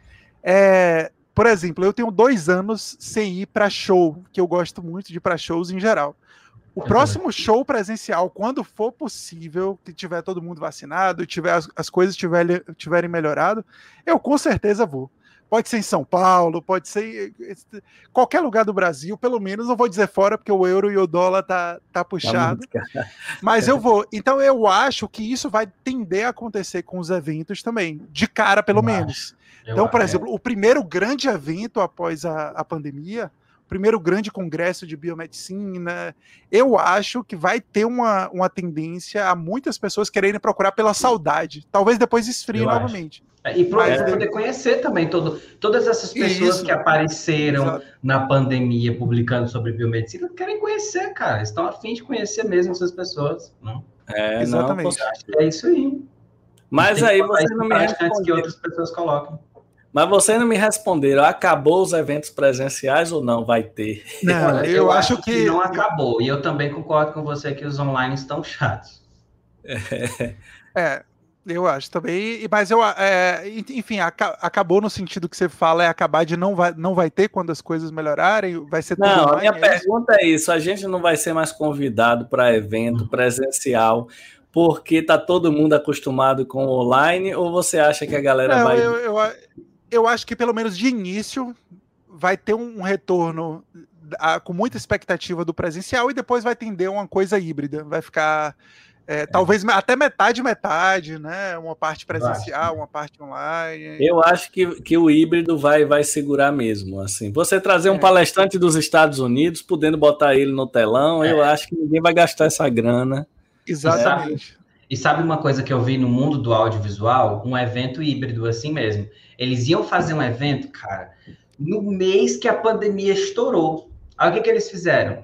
É, por exemplo, eu tenho dois anos sem ir para show, que eu gosto muito de ir para shows em geral. O próximo show presencial, quando for possível, que tiver todo mundo vacinado, tiver as, as coisas tiverem, tiverem melhorado, eu com certeza vou. Pode ser em São Paulo, pode ser em qualquer lugar do Brasil, pelo menos, não vou dizer fora, porque o euro e o dólar tá, tá puxado. Mas eu vou. Então eu acho que isso vai tender a acontecer com os eventos também, de cara pelo eu menos. Acho. Então, por exemplo, é. o primeiro grande evento após a, a pandemia, primeiro grande congresso de biomedicina, eu acho que vai ter uma, uma tendência a muitas pessoas quererem procurar pela saudade. Talvez depois esfrie novamente. É, e para é. poder conhecer também todo, todas essas pessoas Isso. que apareceram Exato. na pandemia publicando sobre biomedicina, querem conhecer, cara. Estão a fim de conhecer mesmo essas pessoas. Não? É, Exatamente. Não, é isso aí. Mas aí você não me responde antes que outras pessoas colocam. Mas vocês não me responderam, acabou os eventos presenciais ou não vai ter? Não, Olha, eu, eu acho, acho que... que não acabou, e eu também concordo com você que os online estão chatos. É, é eu acho também, mas eu, é, enfim, aca- acabou no sentido que você fala, é acabar de não vai, não vai ter quando as coisas melhorarem, vai ser tudo Não, online, a minha é pergunta isso? é isso, a gente não vai ser mais convidado para evento presencial, porque tá todo mundo acostumado com o online, ou você acha que a galera não, vai... Eu, eu, eu acho que pelo menos de início vai ter um retorno a, com muita expectativa do presencial e depois vai tender uma coisa híbrida, vai ficar é, é. talvez até metade, metade, né? Uma parte presencial, uma parte online. Eu acho que, que o híbrido vai, vai segurar mesmo, assim. Você trazer um é. palestrante dos Estados Unidos, podendo botar ele no telão, é. eu acho que ninguém vai gastar essa grana. Exatamente. E sabe uma coisa que eu vi no mundo do audiovisual? Um evento híbrido, assim mesmo. Eles iam fazer um evento, cara, no mês que a pandemia estourou. Aí o que, que eles fizeram?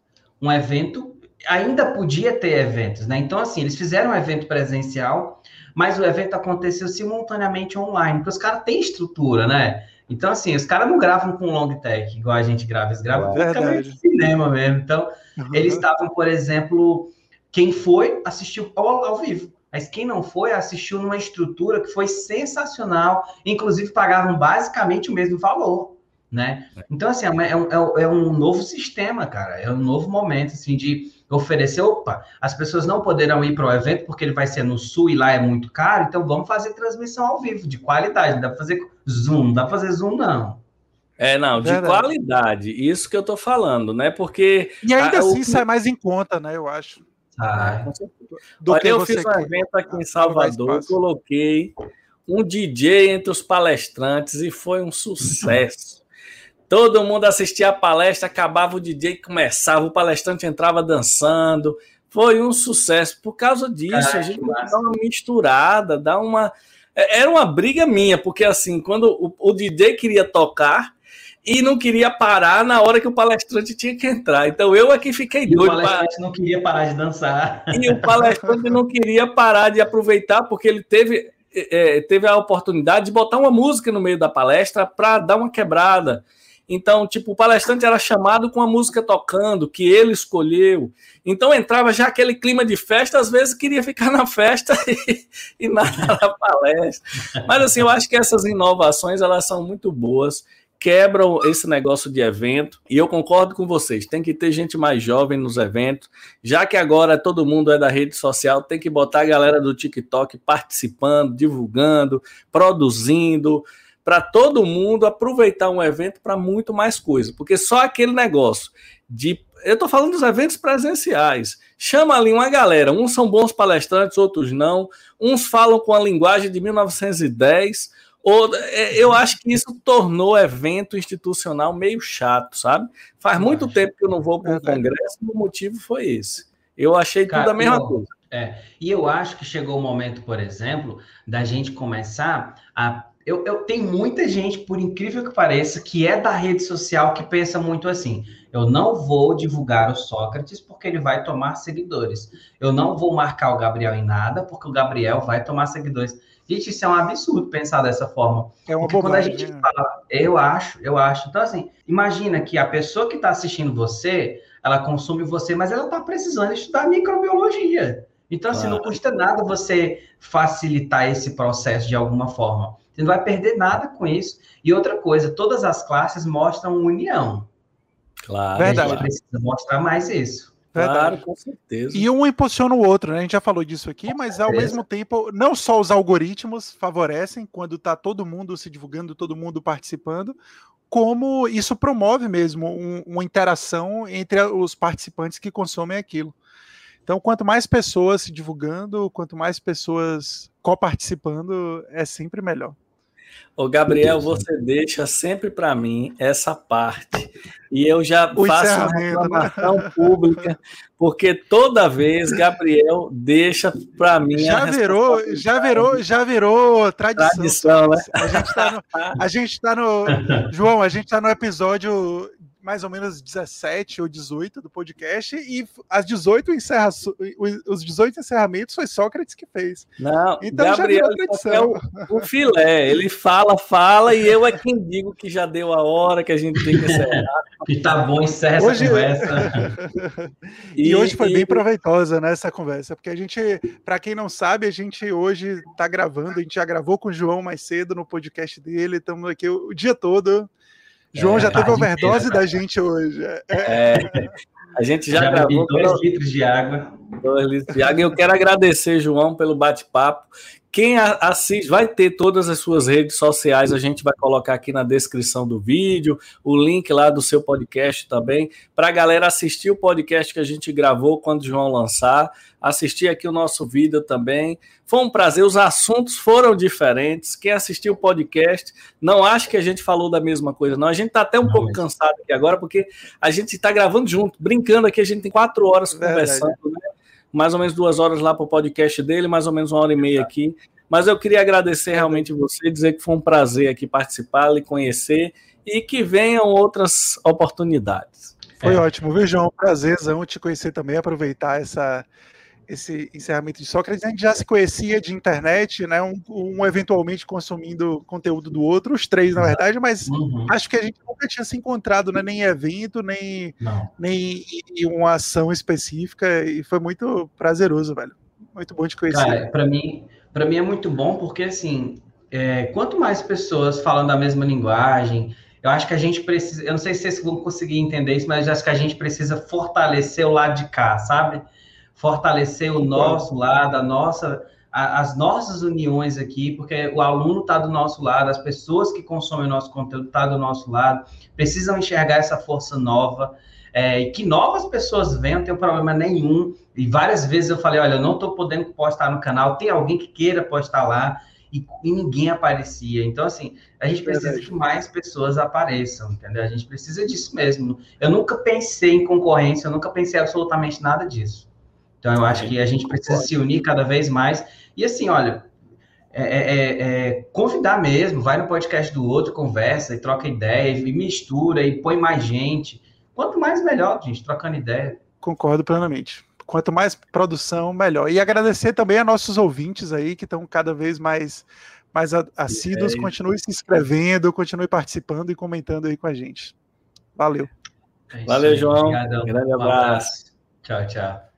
Um evento, ainda podia ter eventos, né? Então, assim, eles fizeram um evento presencial, mas o evento aconteceu simultaneamente online, porque os caras têm estrutura, né? Então, assim, os caras não gravam com long take, igual a gente grava, eles gravam com câmera de cinema mesmo. Então, uhum. eles estavam, por exemplo... Quem foi, assistiu ao, ao vivo. Mas quem não foi, assistiu numa estrutura que foi sensacional. Inclusive, pagavam basicamente o mesmo valor, né? Então, assim, é um, é um novo sistema, cara. É um novo momento, assim, de oferecer... Opa, as pessoas não poderão ir para o evento porque ele vai ser no Sul e lá é muito caro. Então, vamos fazer transmissão ao vivo, de qualidade. Não dá para fazer Zoom, não dá para fazer Zoom, não. É, não, de Verdade. qualidade. Isso que eu tô falando, né? Porque... E ainda a, assim, o... sai mais em conta, né? Eu acho. Ah, do Olha, que eu fiz um evento aqui em Salvador, eu coloquei um D J entre os palestrantes e foi um sucesso. Todo mundo assistia a palestra, acabava o D J, começava, o palestrante entrava dançando. Foi um sucesso. Por causa disso, Caraca, a gente dá uma misturada, dá uma... Era uma briga minha, porque assim, quando o, o D J queria tocar, e não queria parar na hora que o palestrante tinha que entrar. Então, eu aqui fiquei e doido. O palestrante pra... não queria parar de dançar. E o palestrante não queria parar de aproveitar, porque ele teve, é, teve a oportunidade de botar uma música no meio da palestra para dar uma quebrada. Então, tipo, o palestrante era chamado com a música tocando, que ele escolheu. Então, entrava já aquele clima de festa, às vezes queria ficar na festa e, e nada na palestra. Mas, assim, eu acho que essas inovações, elas são muito boas, quebram esse negócio de evento, e eu concordo com vocês, tem que ter gente mais jovem nos eventos, já que agora todo mundo é da rede social, tem que botar a galera do TikTok participando, divulgando, produzindo, para todo mundo aproveitar um evento para muito mais coisa, porque só aquele negócio de... Eu estou falando dos eventos presenciais, chama ali uma galera, uns são bons palestrantes, outros não, uns falam com a linguagem de mil novecentos e dez... Ou, eu acho que isso tornou o evento institucional meio chato, sabe? Faz eu muito acho. tempo que eu não vou para um congresso e o motivo foi esse. Eu achei Cara, tudo a mesma eu, coisa. É. E eu acho que chegou o momento, por exemplo, da gente começar a... Eu, eu tenho muita gente, por incrível que pareça, que é da rede social, que pensa muito assim, eu não vou divulgar o Sócrates porque ele vai tomar seguidores. Eu não vou marcar o Gabriel em nada porque o Gabriel vai tomar seguidores. Gente, isso é um absurdo pensar dessa forma. É uma Porque bobagem. Quando a gente fala, eu acho, eu acho. Então, assim, imagina que a pessoa que está assistindo você, ela consome você, mas ela está precisando estudar microbiologia. Então, assim, ah. não custa nada você facilitar esse processo de alguma forma. Você não vai perder nada com isso. E outra coisa, todas as classes mostram união. Claro. Verdade. A gente precisa mostrar mais isso. Verdade. Claro, com certeza. E um impulsiona o outro, né? A gente já falou disso aqui, mas ao mesmo tempo, não só os algoritmos favorecem quando está todo mundo se divulgando, todo mundo participando, como isso promove mesmo um, uma interação entre os participantes que consomem aquilo. Então, quanto mais pessoas se divulgando, quanto mais pessoas coparticipando, é sempre melhor. Ô, Gabriel, você deixa sempre para mim essa parte. E eu já o faço uma reclamação né? pública, porque toda vez Gabriel deixa para mim já virou, já virou, já virou tradição. tradição né? A gente está no, a gente tá no João, a gente está no episódio mais ou menos dezessete ou dezoito do podcast, e às dezoito encerra, os dezoito encerramentos foi Sócrates que fez. Não, então Gabriel já tradição. É o, o filé, ele fala, fala, e eu é quem digo que já deu a hora, que a gente tem que encerrar. Que tá bom, encerra hoje, essa conversa. e, e hoje foi e... bem proveitosa, né, essa conversa, porque a gente, para quem não sabe, a gente hoje tá gravando, a gente já gravou com o João mais cedo no podcast dele, estamos aqui o, o dia todo. João é, já teve overdose inteira, da gente hoje. É. É, a gente já, já gravou dois litros de água. Dois litros de água. E eu quero agradecer, João, pelo bate-papo. Quem assiste, vai ter todas as suas redes sociais, a gente vai colocar aqui na descrição do vídeo, o link lá do seu podcast também, para a galera assistir o podcast que a gente gravou quando o João lançar, assistir aqui o nosso vídeo também. Foi um prazer, os assuntos foram diferentes. Quem assistiu o podcast, não acha que a gente falou da mesma coisa, não. A gente está até um não, pouco mas... cansado aqui agora, porque a gente está gravando junto, brincando aqui, a gente tem quatro horas conversando, é, né? Mais ou menos duas horas lá para o podcast dele, mais ou menos uma hora e meia aqui. Mas eu queria agradecer realmente você, dizer que foi um prazer aqui participar, lhe conhecer e que venham outras oportunidades. Foi é. ótimo, viu, João? Prazerzão te conhecer também, aproveitar essa, esse encerramento de Sócrates. A gente já se conhecia de internet, né? Um, um eventualmente consumindo conteúdo do outro, os três, na verdade, mas uhum. acho que a gente nunca tinha se encontrado, né? Nem em evento, nem, nem em uma ação específica, e foi muito prazeroso, velho. Muito bom te conhecer. Cara, para mim, para mim é muito bom, porque assim, é, quanto mais pessoas falando a mesma linguagem, eu acho que a gente precisa, eu não sei se vocês vão conseguir entender isso, mas eu acho que a gente precisa fortalecer o lado de cá, sabe? Fortalecer o nosso lado, a nossa, a, as nossas uniões aqui, porque o aluno está do nosso lado, as pessoas que consomem o nosso conteúdo estão do nosso lado, precisam enxergar essa força nova, é, e que novas pessoas venham, não tem problema nenhum. E várias vezes eu falei, olha, eu não estou podendo postar no canal, tem alguém que queira postar lá, e, e ninguém aparecia. Então, assim, a gente precisa Verdade. que mais pessoas apareçam, entendeu? A gente precisa disso mesmo. Eu nunca pensei em concorrência, eu nunca pensei absolutamente nada disso. Então, eu acho que a gente precisa se unir cada vez mais. E assim, olha, é, é, é, convidar mesmo, vai no podcast do outro, conversa, e troca ideia, e mistura, e põe mais gente. Quanto mais, melhor, gente, trocando ideia. Concordo plenamente. Quanto mais produção, melhor. E agradecer também a nossos ouvintes aí, que estão cada vez mais, mais assíduos. É continue se inscrevendo, continue participando e comentando aí com a gente. Valeu. É Valeu, João. Obrigadão. Grande abraço. Um abraço. Tchau, tchau.